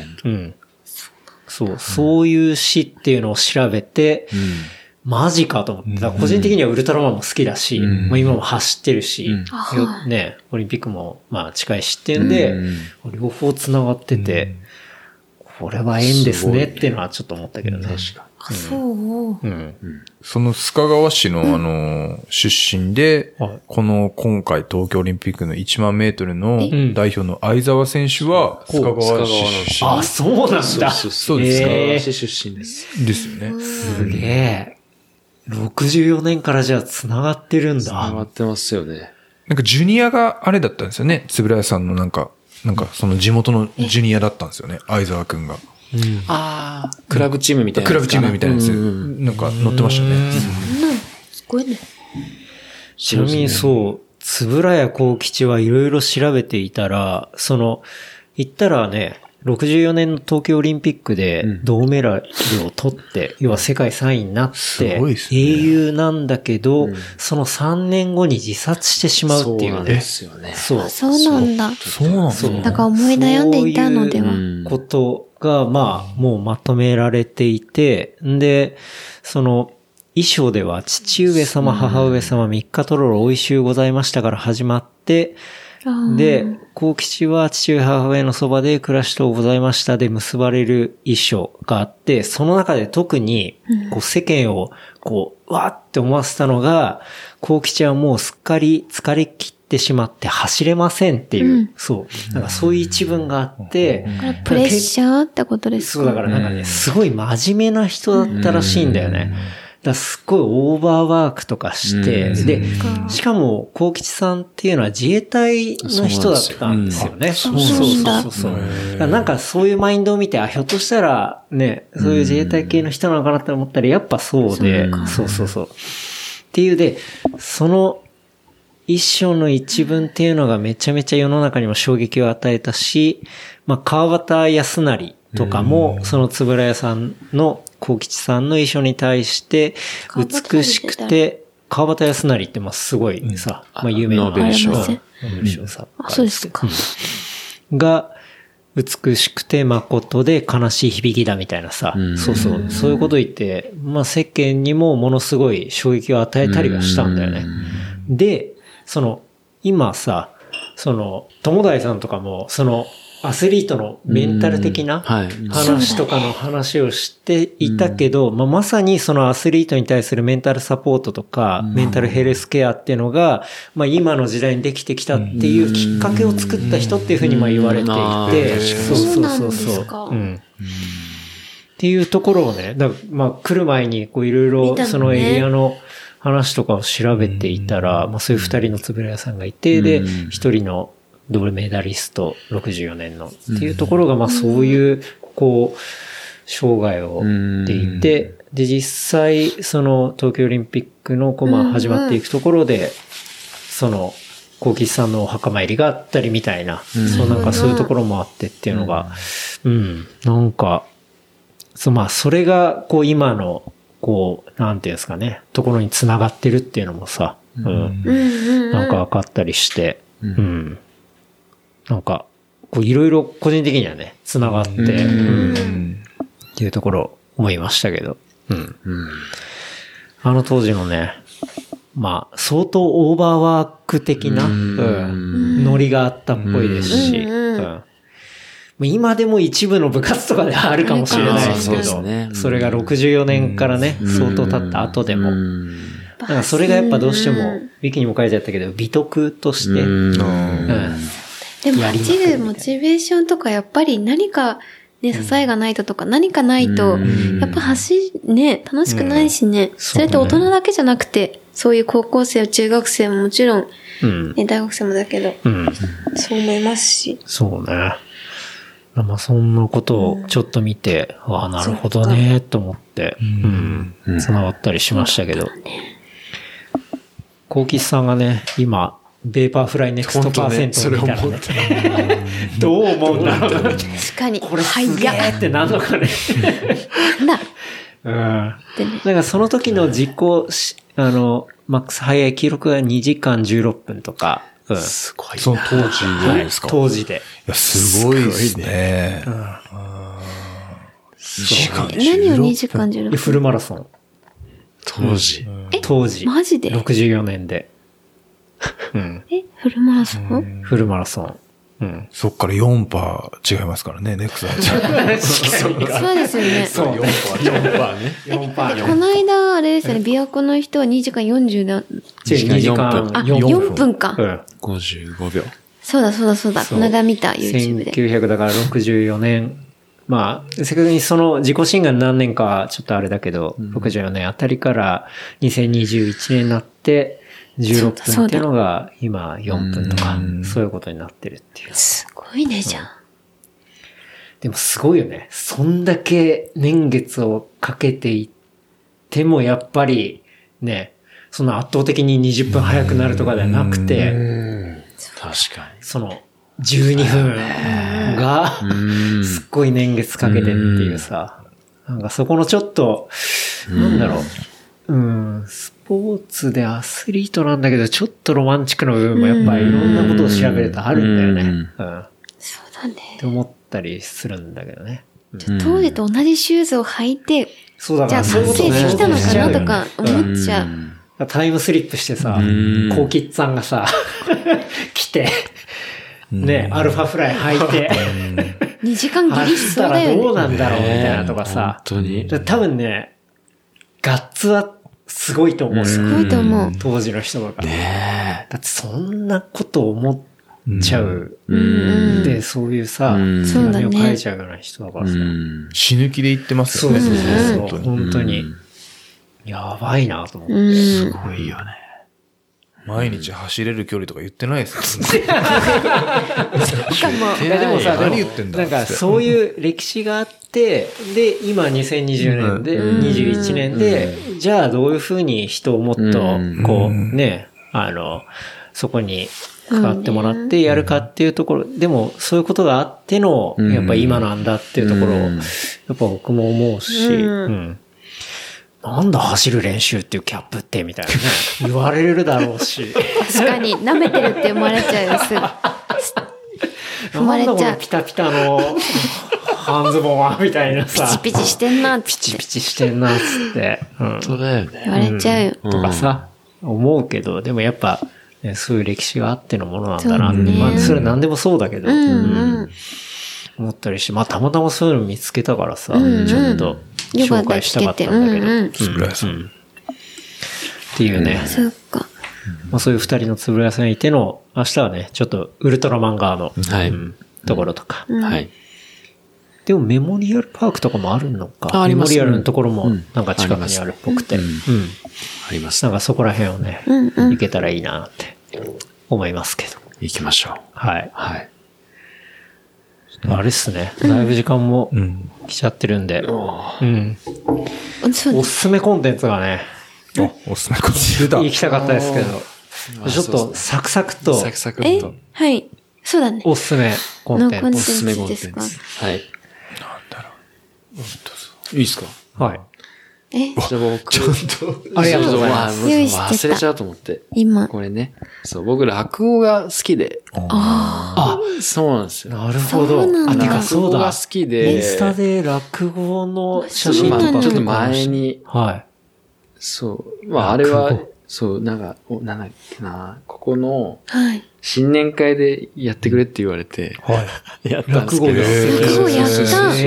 そういう詩っていうのを調べて、マジかと思って。個人的にはウルトラマンも好きだし、今も走ってるし、ね、オリンピックもまあ近いしっていうんで、両方繋がってて、これは縁ですねっていうのはちょっと思ったけどね。確かに。そう。 その須賀川市の出身で、この今回東京オリンピックの1万メートルの代表の相澤選手は須賀川市出身。 あ、そうなんだ。 そうですか。須賀川市出身です。 ですよね。 すげえ。64年からじゃあ繋がってるんだ。 繋がってますよね。 なんかジュニアがあれだったんですよね。つぶらやさんのなんかその地元のジュニアだったんですよね。相澤くんが。 ああ、クラブチームみたいな。 クラブチームみたいなやつ。なんか乗ってましたね。 すごいね。 ちなみにそう、つぶらや幸吉はいろいろ調べていたら、言ったらね、64年の東京オリンピックで銅メダルを取って、要は世界3位になって、英雄なんだけど、その3年後に自殺してしまうっていうね。そうですよね。 そうなんだ。 そうなんだ。 だから思い悩んでいたのでは。 ことが、まあ、もうまとめられていて、で、衣装では父上様、母上様、3日とろろおいしゅうございましたから始まって、で、幸吉は父上母親のそばで暮らしとうございましたで結ばれる衣装があって、その中で特に、世間を、わーって思わせたのが、幸吉はもうすっかり疲れ切ってしまって走れませんっていう、なんかそういう一文があって、 プレッシャーってことですか？ そうだからなんかね、すごい真面目な人だったらしいんだよね。すっごいオーバーワークとかして、で、しかも、幸吉さんっていうのは自衛隊の人だったんですよね。そう。なんかそういうマインドを見て、ひょっとしたらね、そういう自衛隊系の人なのかなって思ったら、やっぱそうで、そう。っていうで、その一章の一文っていうのがめちゃめちゃ世の中にも衝撃を与えたし、まあ、川端康成とかも、そのつぶらやさんの幸吉さんの衣装に対して、美しくて、川端康成ってすごいさ、まあ有名なノーベル賞さ。 そうですか。 が、美しくて誠で悲しい響きだみたいなさ、そういうこと言って、まあ世間にもものすごい衝撃を与えたりはしたんだよね。で、今さ、友大さんとかも、アスリートのメンタル的な話とかの話をしていたけど、まさにそのアスリートに対するメンタルサポートとか、メンタルヘルスケアっていうのが、今の時代にできてきたっていうきっかけを作った人っていうふうに言われていて、そう。っていうところをね、来る前にいろいろそのエリアの話とかを調べていたら、そういう二人のつぶらやさんがいて、で、一人の銅メダリスト、64年のっていうところが、そういう、生涯を追っていて、で、実際、東京オリンピックの、始まっていくところで、幸吉さんのお墓参りがあったりみたいな、そういうところもあってっていうのが、なんか、 まあ、それが、こう、今の、こう、なんていうんですかね、ところに繋がってるっていうのもさ、なんか分かったりして、なんか、こう、いろいろ個人的にはね、繋がって、っていうところ思いましたけど、あの当時のね、まあ、相当オーバーワーク的な、ノリがあったっぽいですし、今でも一部の部活とかではあるかもしれないですけど、それが64年からね、相当経った後でも、だからそれがやっぱどうしても、ウィキにも書いてあったけど、美徳として、 でも走るモチベーションとかやっぱり何かね、支えがないとか何かないと、やっぱ楽しくないしね、それって大人だけじゃなくて、そういう高校生、中学生ももちろん、大学生もだけど、そう思いますし。 そうね。まあそんなことをちょっと見て、ああ、なるほどね、と思って、繋がったりしましたけど。コウキさんがね、今、ベーパーフライネクストパーセントを見たらね、どう思うんだろうな。 確かに。 これすげーってなんのかね。なんかその時の実行、マックス早い記録が2時間16分とか。 すごい。その当時でですか？ 当時で。 いや、すごいですね。 2時間何を2時間16分？ フルマラソン。 当時。 当時。 マジで ?64 年で。 フルマラソン？ フルマラソン。 そっから4%違いますからね、ネクサそうですよね。 そう。4%ね。4%。 この間、あれですよね、琵琶湖の人は2時間40だ。 2時間 4分か。 55秒。 そうだ。この間見た、YouTube で。 1900だから64年。まあ、せっかくにその自己新が何年かちょっとあれだけど、64年あたりから2021年になって、16分っていうのが今4分とか、そういうことになってるっていう。 すごいね、じゃん。 でもすごいよね。そんだけ年月をかけていってもやっぱりね、その圧倒的に20分早くなるとかではなくて、 確かに。 その12分がすっごい年月かけてっていうさ、なんかそこのちょっと、なんだろう、スポーツでアスリートなんだけど、ちょっとロマンチックな部分もやっぱりいろんなことを調べるとあるんだよね。 そうだね。 って思ったりするんだけどね。 じゃあ当時と同じシューズを履いて、 そうだからじゃあ達成できたのかなとか思っちゃう。 タイムスリップしてさ、コウキッツさんがさ、来て、ね、アルファフライ履いて、 2時間ギリしそうだよね。 どうなんだろうみたいなとかさ。 本当に。 多分ね、ガッツはすごいと思う。 すごいと思う。 当時の人とか。 ねだってそんなこと思っちゃう。で、そういうさ、手紙を書いちゃうような人だからさ。 死ぬ気で言ってますよね。 そう。本当に。やばいなと思って。 すごいよね。 毎日走れる距離とか言ってないですよね。 しかも、 でもさ、 何言ってんだなんかそういう歴史があって、で、今2020年で、21年で、じゃあどういうふうに人をもっと、こうね、そこに関わってもらってやるかっていうところ、でもそういうことがあっての、やっぱ今なんだっていうところを、やっぱ僕も思うし、なんだ走る練習っていうキャップってみたいなね、言われるだろうし。 確かに舐めてるって思われちゃうよ、すぐ。踏まれちゃう。 なんだこのピタピタの半ズボンはみたいなさ。 ピチピチしてんなっつって。 ピチピチしてんなっつって。 本当だよね。 言われちゃうよ。 とかさ、思うけど、でもやっぱ、ね、そういう歴史があってのものなんだなって。まあ、それは何でもそうだけど。思ったりして、まあ、たまたまそういうの見つけたからさ、ちょっと紹介したかったんだけど。 つぶらやさん。 っていうね。 そうか。 まあ、そういう二人のつぶらやさんいての、明日はね、ちょっとウルトラマンガーの、ところとか。 はい。 でもメモリアルパークとかもあるのか。 あります。 メモリアルのところもなんか近くにあるっぽくて。 あります。 なんかそこら辺をね、行けたらいいなって思いますけど。 行きましょう。 はい。 はい。 あれっすね。だいぶ時間も来ちゃってるんで。おすすめコンテンツがね。 おすすめコンテンツだ。 行きたかったですけど。ちょっとサクサクと。 サクサクと。 はい。そうだね。 おすすめコンテンツ。 おすすめコンテンツ。はい。 なんだろう。 いいっすか？ はい。 じゃあ僕、 ちょっと、ありがとうございます。 忘れちゃうと思って。 今。 これね。そう、僕落語が好きで。そうなんですよ。 なるほど。 落語が好きで。 インスタで落語の写真とかちょっと前に。 はい。 そう。まあ、あれは、そう、なんだっけな、ここの、新年会でやってくれって言われて、やったんですけど。 落語やった。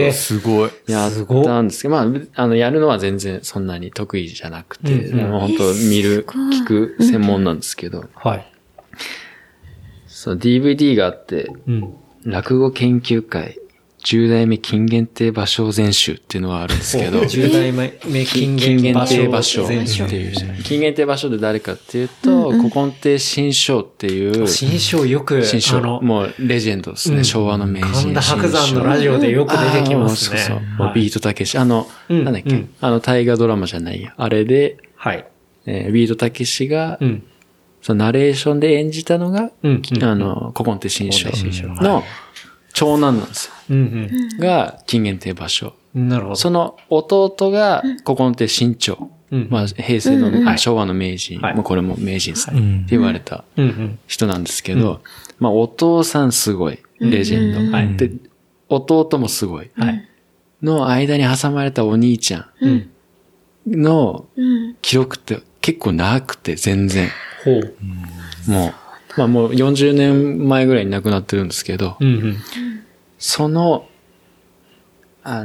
すごい。 やったんですけど、まあ、やるのは全然そんなに得意じゃなくて、本当見る、聞く専門なんですけど、 はい。 そう、DVD があって、落語研究会、10代目金限定芭蕉全集っていうのがあるんですけど、 10代目金限定芭蕉全集っていう。 金限定芭蕉で誰かっていうと、古今亭新章っていう。 新章よく、 新章もうレジェンドですね、昭和の名人。 神田伯山のラジオでよく出てきますね。 そうそう。ビートたけし、なんだっけ、大河ドラマじゃないや。あれで、 はい。 ビートたけしが、そのナレーションで演じたのが、古今亭新章の長男なんですよ。が、金限定芭蕉。 なるほど。 その弟が、古今亭新潮。まあ、平成の、昭和の名人。もうこれも名人ですね。って言われた人なんですけど、まあ、お父さんすごい。レジェンド。で、弟もすごい。の間に挟まれたお兄ちゃんの記録って結構長くて、全然。もう、まあもう40年前ぐらいに亡くなってるんですけど、その、まあ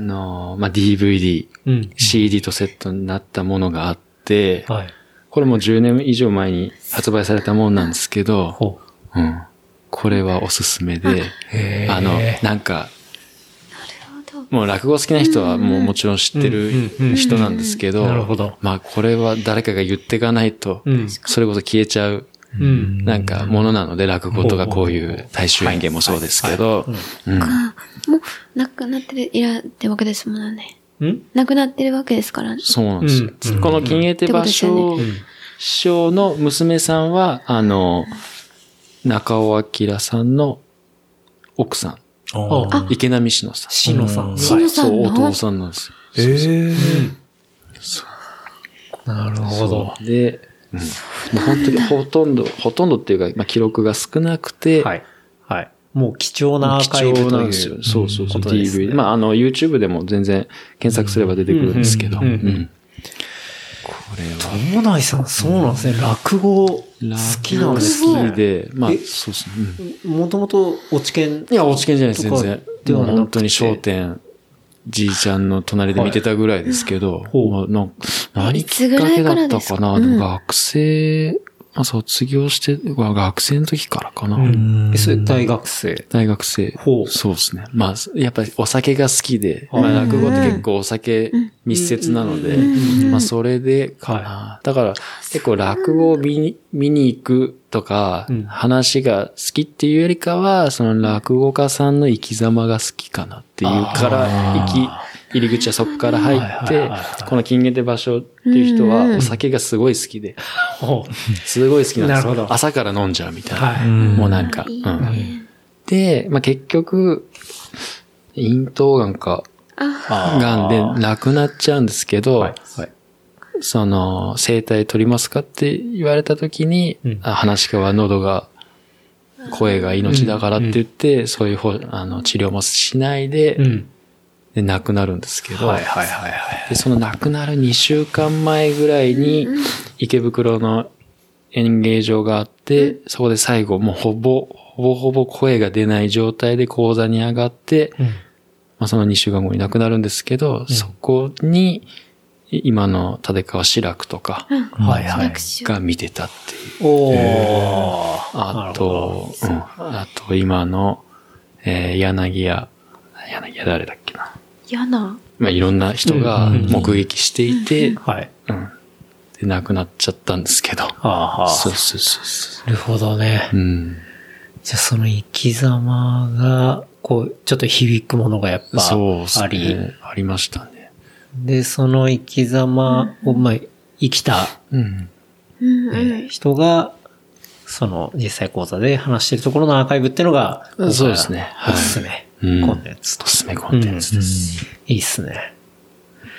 DVD、CD とセットになったものがあって、これも10年以上前に発売されたものなんですけど、これはおすすめで、なんか、もう落語好きな人はもうもちろん知ってる人なんですけど、まあこれは誰かが言っていかないと、それこそ消えちゃう、なんかものなので、落語とかこういう大衆演芸もそうですけど、 もう亡くなってるわけですもんね。亡くなってるわけですからね。 そうなんですよ。この金永手芭蕉師匠の娘さんは、中尾明さんの奥さん。池波志乃さん。 志乃さん。 そう、お父さんなんですよ。 なるほど。 で、本当にほとんどっていうか、まあ、記録が少なくて、 もう貴重なアーカイブなんですよ。 そう、DVD。まあ、YouTube でも全然検索すれば出てくるんですけど。これは。友内さん、そうなんですね。落語好きなんですね。 好きで、まあ、そうですね。 もともと落ち研いや、落ち研じゃないです、全然。では本当に笑点、じいちゃんの隣で見てたぐらいですけど、何きっかけだったかな、学生、卒業して、学生の時からかな。 それ大学生そうですね。まあ、やっぱりお酒が好きで、まあ落語って結構お酒密接なので、まあそれでかな。だから結構落語を見に行くとか、話が好きっていうよりかは、その落語家さんの生き様が好きかなっていうから、入り口はそこから入って、この金限定芭蕉っていう人はお酒がすごい好きで、すごい好きなんですよ。朝から飲んじゃうみたいな。もうなんか。で、まあ結局、咽頭がんか、がんで亡くなっちゃうんですけど、その、声帯取りますかって言われた時に、話し家は喉が、声が命だからって言って、そういう治療もしないで、で、亡くなるんですけど、で、その亡くなる2週間前ぐらいに、池袋の演芸場があって、そこで最後、もうほぼ声が出ない状態で講座に上がって、まあその2週間後に亡くなるんですけど、そこに、今の立川志らくとか、が見てたっていう。あと今の、柳家誰だっけな。まあいろんな人が目撃していて、で、亡くなっちゃったんですけど。そう。 なるほどね。じゃあその生き様が、こう、ちょっと響くものがやっぱあり。 ありましたね。 で、その生き様を、まあ、生きた人が、その実際講座で話してるところのアーカイブっていうのが、 そうですね。 おすすめコンテンツ。 おすすめコンテンツです。 いいっすね。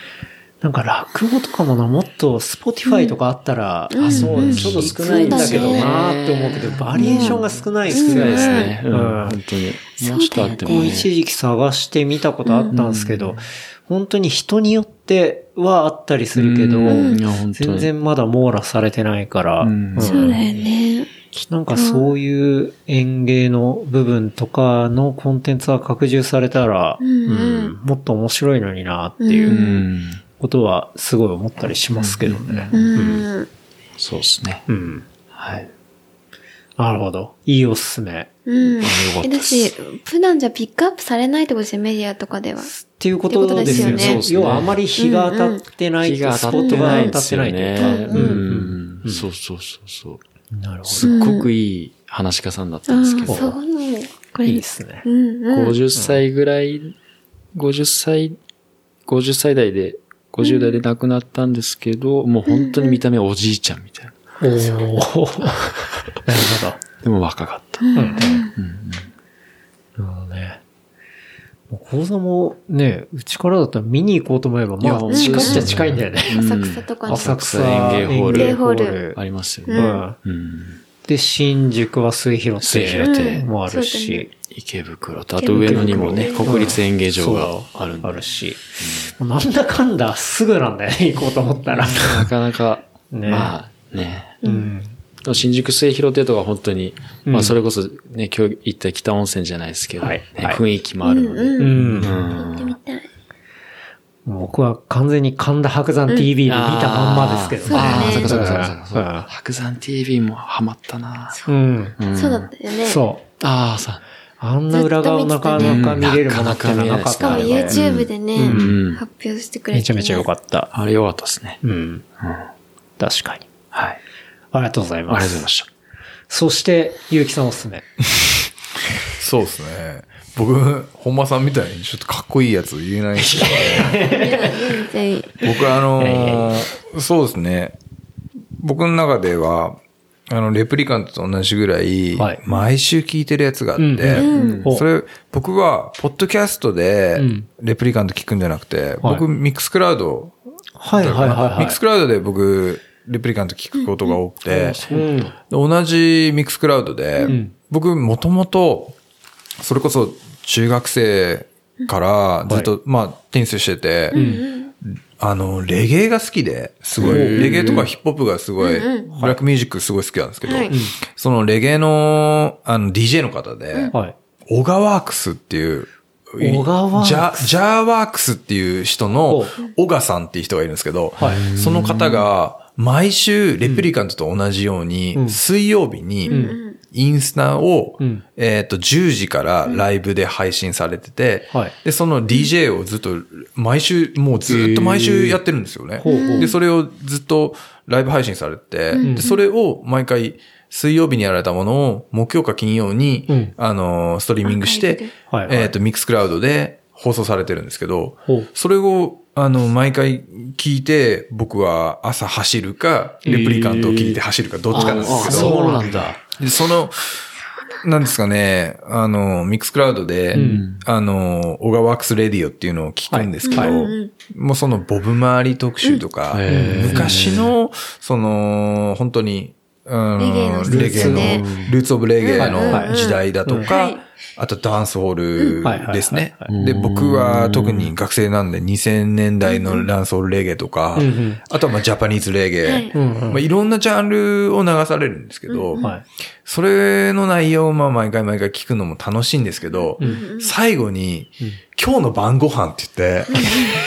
なんか落語とかももっとスポティファイとかあったら、 そう、ちょっと少ないんだけどなーって思うけど、バリエーションが少ないですね。 ですね。本当に。もうちょっとあってもね。 一時期探してみたことあったんですけど、本当に人によってはあったりするけど、全然まだ網羅されてないから。 そうだよね。 なんかそういう演芸の部分とかのコンテンツが拡充されたら、もっと面白いのになっていうことはすごい思ったりしますけどね。 そうですね。はい。 なるほど。いいおすすめ。 だし、普段じゃピックアップされないってことですよ、メディアとかでは。 っていうことですよね。要はあまり日が当たってない、 日が当たってないですよね。そうそうそうそう。 なるほど。 すっごくいい話し家さんだったんですけど。 これいいですね。 50歳ぐらい、50歳代で、50代で亡くなったんですけど、もう本当に見た目おじいちゃんみたいな。 なるほど。 でも若かった。 なるほどね。講座もね、うちからだったら見に行こうと思えば、まあ、近いっちゃ近いんだよね。 浅草とかね。 浅草園芸ホール。 ありますよね。 で、新宿は末広亭もあるし。 池袋と、あと上野にもね、国立演芸場があるんで。 あるし。なんだかんだすぐなんだよね、行こうと思ったら。 なかなか、まあね。新宿末広亭とか本当に、まあそれこそね、今日行った北温泉じゃないですけど、雰囲気もあるので。 行ってみたい。 僕は完全に神田伯山 TV で見たまんまですけどね。 そう伯山 TV もハマったな。 そうだったよね。 そう。 そう。 あんな裏側なかなか見れるものってなかった。 しかも YouTube でね、発表してくれて。 めちゃめちゃ良かった。 あれ良かったですね。 確かに。 はい。 ありがとうございます。 ありがとうございました。 そして、ゆうきさんおすすめ。 そうですね。僕、本間さんみたいにちょっとかっこいいやつ言えないですけど、僕そうですね。僕の中では、レプリカントと同じぐらい、毎週聞いてるやつがあって、それ、僕は、ポッドキャストで、レプリカント聞くんじゃなくて、僕、ミックスクラウド、ミックスクラウドで僕、レプリカント聞くことが多くて、同じミックスクラウドで、僕、もともと、それこそ中学生からずっと、テニスしてて、レゲエが好きで、すごい、レゲエとかヒップホップがすごい、ブラックミュージックすごい好きなんですけど、そのレゲエの、DJ の方で、オガワークスっていう、ジャーワークスっていう人の、オガさんっていう人がいるんですけど、その方が、毎週レプリカントと同じように、水曜日に、インスタを、10時からライブで配信されてて、で、その DJ をずっと、もうずっと毎週やってるんですよね。で、それをずっとライブ配信されて、で、それを毎回、水曜日にやられたものを木曜か金曜に、ストリーミングして、ミックスクラウドで放送されてるんですけど、それを、毎回聞いて、僕は朝走るか、レプリカントを聞いて走るか、どっちかなんですけど。 そうなんだ。 で、なんですかね、ミックスクラウドで、オガワークスレディオっていうのを聞くんですけど、もうそのボブマーリー特集とか、昔の、本当に、レゲエのルーツオブレゲエの時代だとか、あとダンスホールですね。で、僕は特に学生なんで2000年代のダンスホールレゲエとか、あとはジャパニーズレゲエ、いろんなジャンルを流されるんですけど、それの内容を毎回聞くのも楽しいんですけど、最後に、今日の晩ご飯って言って、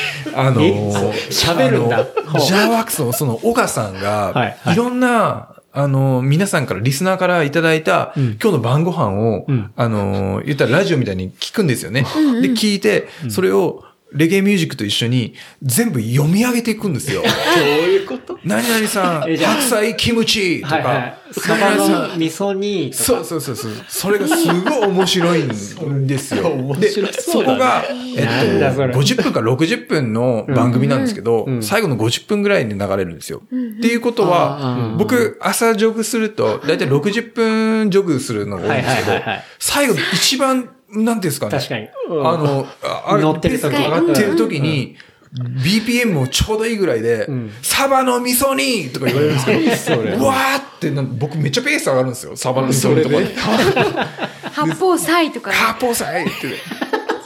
喋るんだ。 ジャーワークスのそのオガさんが、いろんな、皆さんから、リスナーからいただいた、今日の晩ご飯を、言ったらラジオみたいに聞くんですよね。で、聞いて、それを、レゲエミュージックと一緒に全部読み上げていくんですよ。どういうこと？ 何々さん、白菜キムチとか、 サバの味噌煮とか。 そう。それがすごい面白いんですよ。で、そこが、50分か60分の番組なんですけど、最後の50分ぐらいで流れるんですよ。っていうことは、僕、朝ジョグすると、だいたい60分ジョグするのが多いんですけど、最後一番、なんていうんですかね。 確かに。 乗ってる時に、 BPM もちょうどいいぐらいで、サバの味噌煮とか言われるんですけど、うわーって僕めっちゃペース上がるんですよ。サバの味噌煮とかで。 八宝菜とか。 八宝菜って。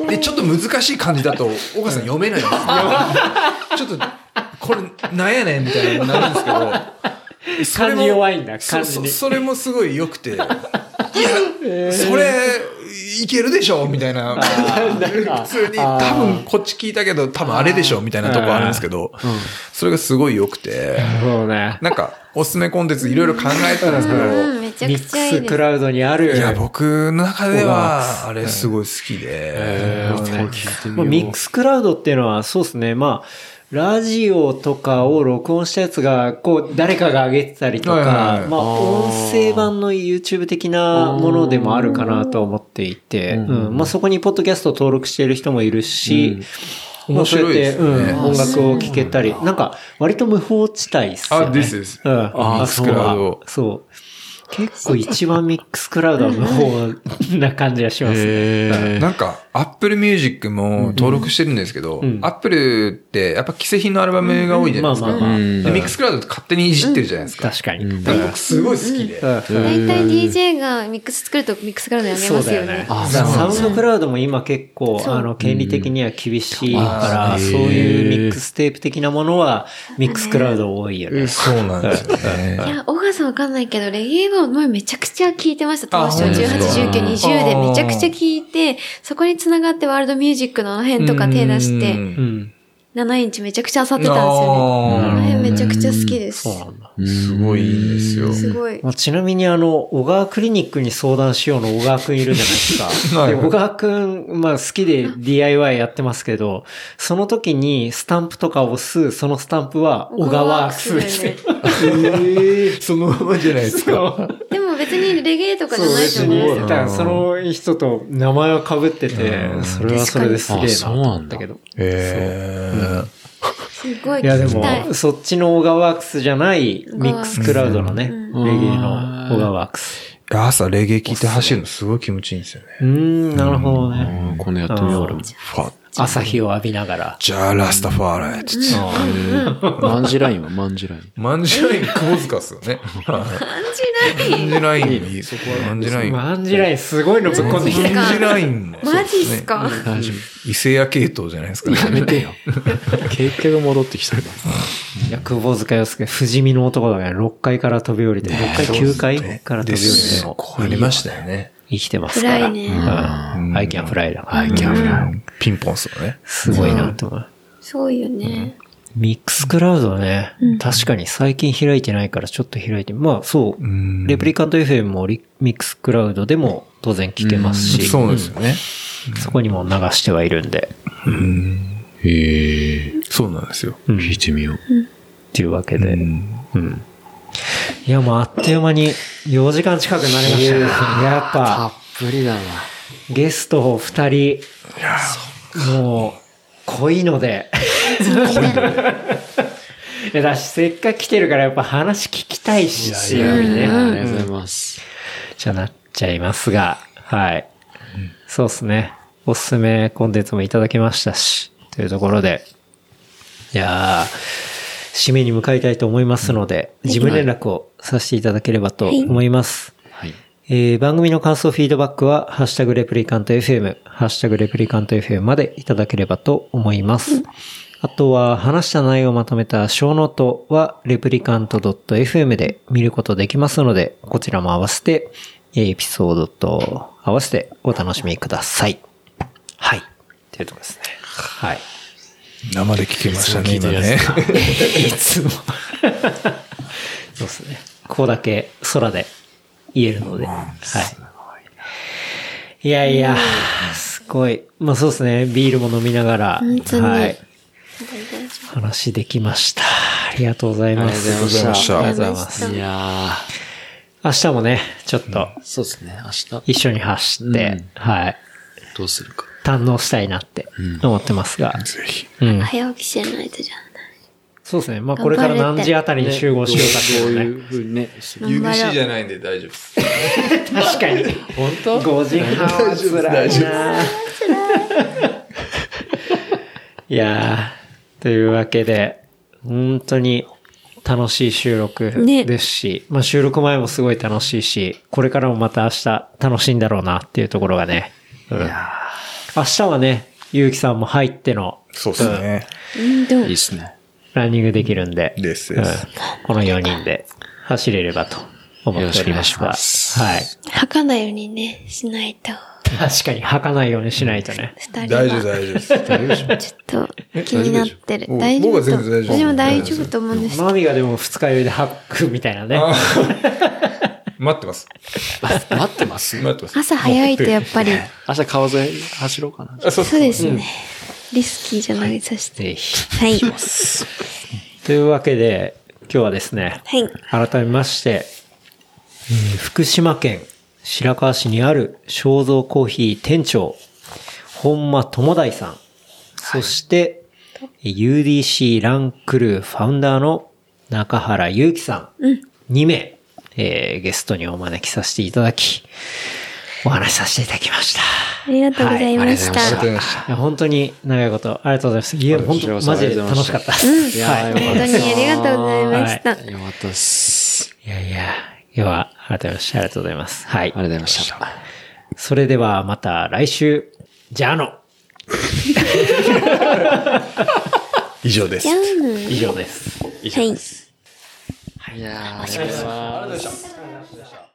で、ちょっと難しい漢字だと、岡さん読めないんですよ。ちょっと、これ、なんやねんみたいになるんですけど、 漢字弱いんだ、漢字に。 それもすごい良くて、いや、それ、いけるでしょみたいな。普通に、多分こっち聞いたけど、多分あれでしょみたいなとこあるんですけど、それがすごい良くて、なんか、おすすめコンテンツいろいろ考えてたんですけど、 ミックスクラウドにある。 いや、僕の中では、あれすごい好きで、 ミックスクラウドっていうのは、そうですね、まあ、ラジオとかを録音したやつが、こう、誰かが上げてたりとか、まあ、音声版の YouTube 的なものでもあるかなと思っていて、まあ、そこにポッドキャスト登録している人もいるし、 面白いですね。 音楽を聴けたり、なんか、割と無法地帯っすよね。 ですです。ミックスクラウド。 そう。結構一番ミックスクラウドは無法な感じがしますね。 なんか、Apple Music も登録してるんですけど、Apple ってやっぱ既製品のアルバムが多いじゃないですか。で、ミックスクラウドって勝手にいじってるじゃないですか。 確かに。 僕すごい好きで。 大体 DJ がミックス作るとミックスクラウドやめますよね。 サウンドクラウドも今結構、権利的には厳しいから、そういうミックステープ的なものはミックスクラウド多いよね。 そうなんですよね。 いや、小川さんわかんないけど、レゲエは前めちゃくちゃ聞いてました。当初18、19、20でめちゃくちゃ聞いて、そこに繋がってワールドミュージックのあの辺とか手出して、7インチめちゃくちゃ漁ってたんですよね。あの辺めちゃくちゃ好きです。 そうなんだ。 すごいいいんですよ。 すごい。 ちなみに小川クリニックに相談しようの小川くんいるじゃないですか。で小川くん、まあ好きで DIY やってますけど、その時にスタンプとかを押す、そのスタンプは小川スですよ。 そのままじゃないですか。 でも別にレゲエとかじゃないと思うんですよ。 その人と名前は被ってて、それはそれですげえなと思ったけど。 すごい聞きたい。 いやでも、そっちのオガワークスじゃないミックスクラウドのね、レゲエのオガワークス。 朝レゲエ聞いて走るのすごい気持ちいいんですよね。 なるほどね。 今度やってみよう俺も。 朝日を浴びながら。 じゃあラスタファーライつって。 マンジラインはマンジライン。 マンジライン窪塚っすよね。 マンジラインそこはマンジライン。 マンジラインすごいのぶっ込んできて。 マンジラインも。 マジっすか伊勢屋系統じゃないですかね。 やめてよ。結局戻ってきた。いや、窪塚洋介、不死身の男だから6階から飛び降りて、6階9階から飛び降りても。 ありましたよね。 生きてますから。 フライね。 アイキャンフライだ。 アイキャンフライ。 ピンポンっすよね。 すごいなと思う。 そうよね。 ミックスクラウドはね、確かに最近開いてないからちょっと開いて、まあそう、レプリカント FM もミックスクラウドでも当然聞けますし、 そうですよね。 そこにも流してはいるんで。 へえ。 そうなんですよ。 聞いてみよう。 っていうわけで。いやもうあっという間に4時間近くなりましたね。やっぱ。 たっぷりだな。 ゲスト2人、もう、濃いので。いやだし、せっかく来てるからやっぱ話聞きたいし、 ね。ありがとうございます。 じゃなっちゃいますが、はい。そうですね。おすすめコンテンツもいただきましたし、というところで、いや締めに向かいたいと思いますので、事務連絡をさせていただければと思います。番組の感想、フィードバックは、ハッシュタグレプリカント FM、ハッシュタグレプリカント FM までいただければと思います。あとは、話した内容をまとめた小ノートは、レプリカント .fm で見ることできますので、こちらも合わせて、エピソードと合わせてお楽しみください。はい。というところですね。はい。 生で聞けましたね、今ね。 いつも。そうですね。ここだけ空で言えるので。はい。いやいや、すごい。まあそうですね。ビールも飲みながら。はい。話できました。ありがとうございます。 ありがとうございました。 ありがとうございます。 いや明日もね、ちょっと。 そうですね、明日。 一緒に走って、はい。 どうするか。 堪能したいなって思ってますが。 ぜひ。 早起きしないとじゃない。 そうですね。まあこれから何時あたりに集合しようかっていうね。 そういうふうにね。 UBC じゃないんで大丈夫です。 確かに。本当 ?5 時半は辛いな。いやー、 というわけで、本当に楽しい収録ですし、まあ収録前もすごい楽しいし、これからもまた明日楽しいんだろうなっていうところがね。明日はね、ゆうきさんも入っての。 そうですね。 いいですね。 ランニングできるんで。 です。 この4人で走れればと思っておりますが。はい。 吐かないようにね、しないと。 確かに吐かないようにしないとね。 大丈夫です。大丈夫。 ちょっと気になってる。大丈夫。僕は全然大丈夫。私も大丈夫と思うんですけど。 マミがでも二日酔いで吐くみたいなね。 待ってます。 朝早いとやっぱり。 明日川沿い走ろうかな。 そうですね。リスキーじゃないさせて。はい。 というわけで、今日はですね、 はい。 改めまして、福島県白河市にある正蔵コーヒー店長、本間智大さん、そして、UDC ランクルーファウンダーの中原祐樹さん、2名、ゲストにお招きさせていただき、お話しさせていただきました。 ありがとうございました。 いや本当に長いことありがとうございます。いや、本当マジで楽しかったです。 はい。本当にありがとうございました。 よかったです。 いやいや、今日は改めましてありがとうございます。はい。 ありがとうございました。 それではまた来週、じゃあの。 以上です。 以上です。 はい。 いやー、ありがとうございました。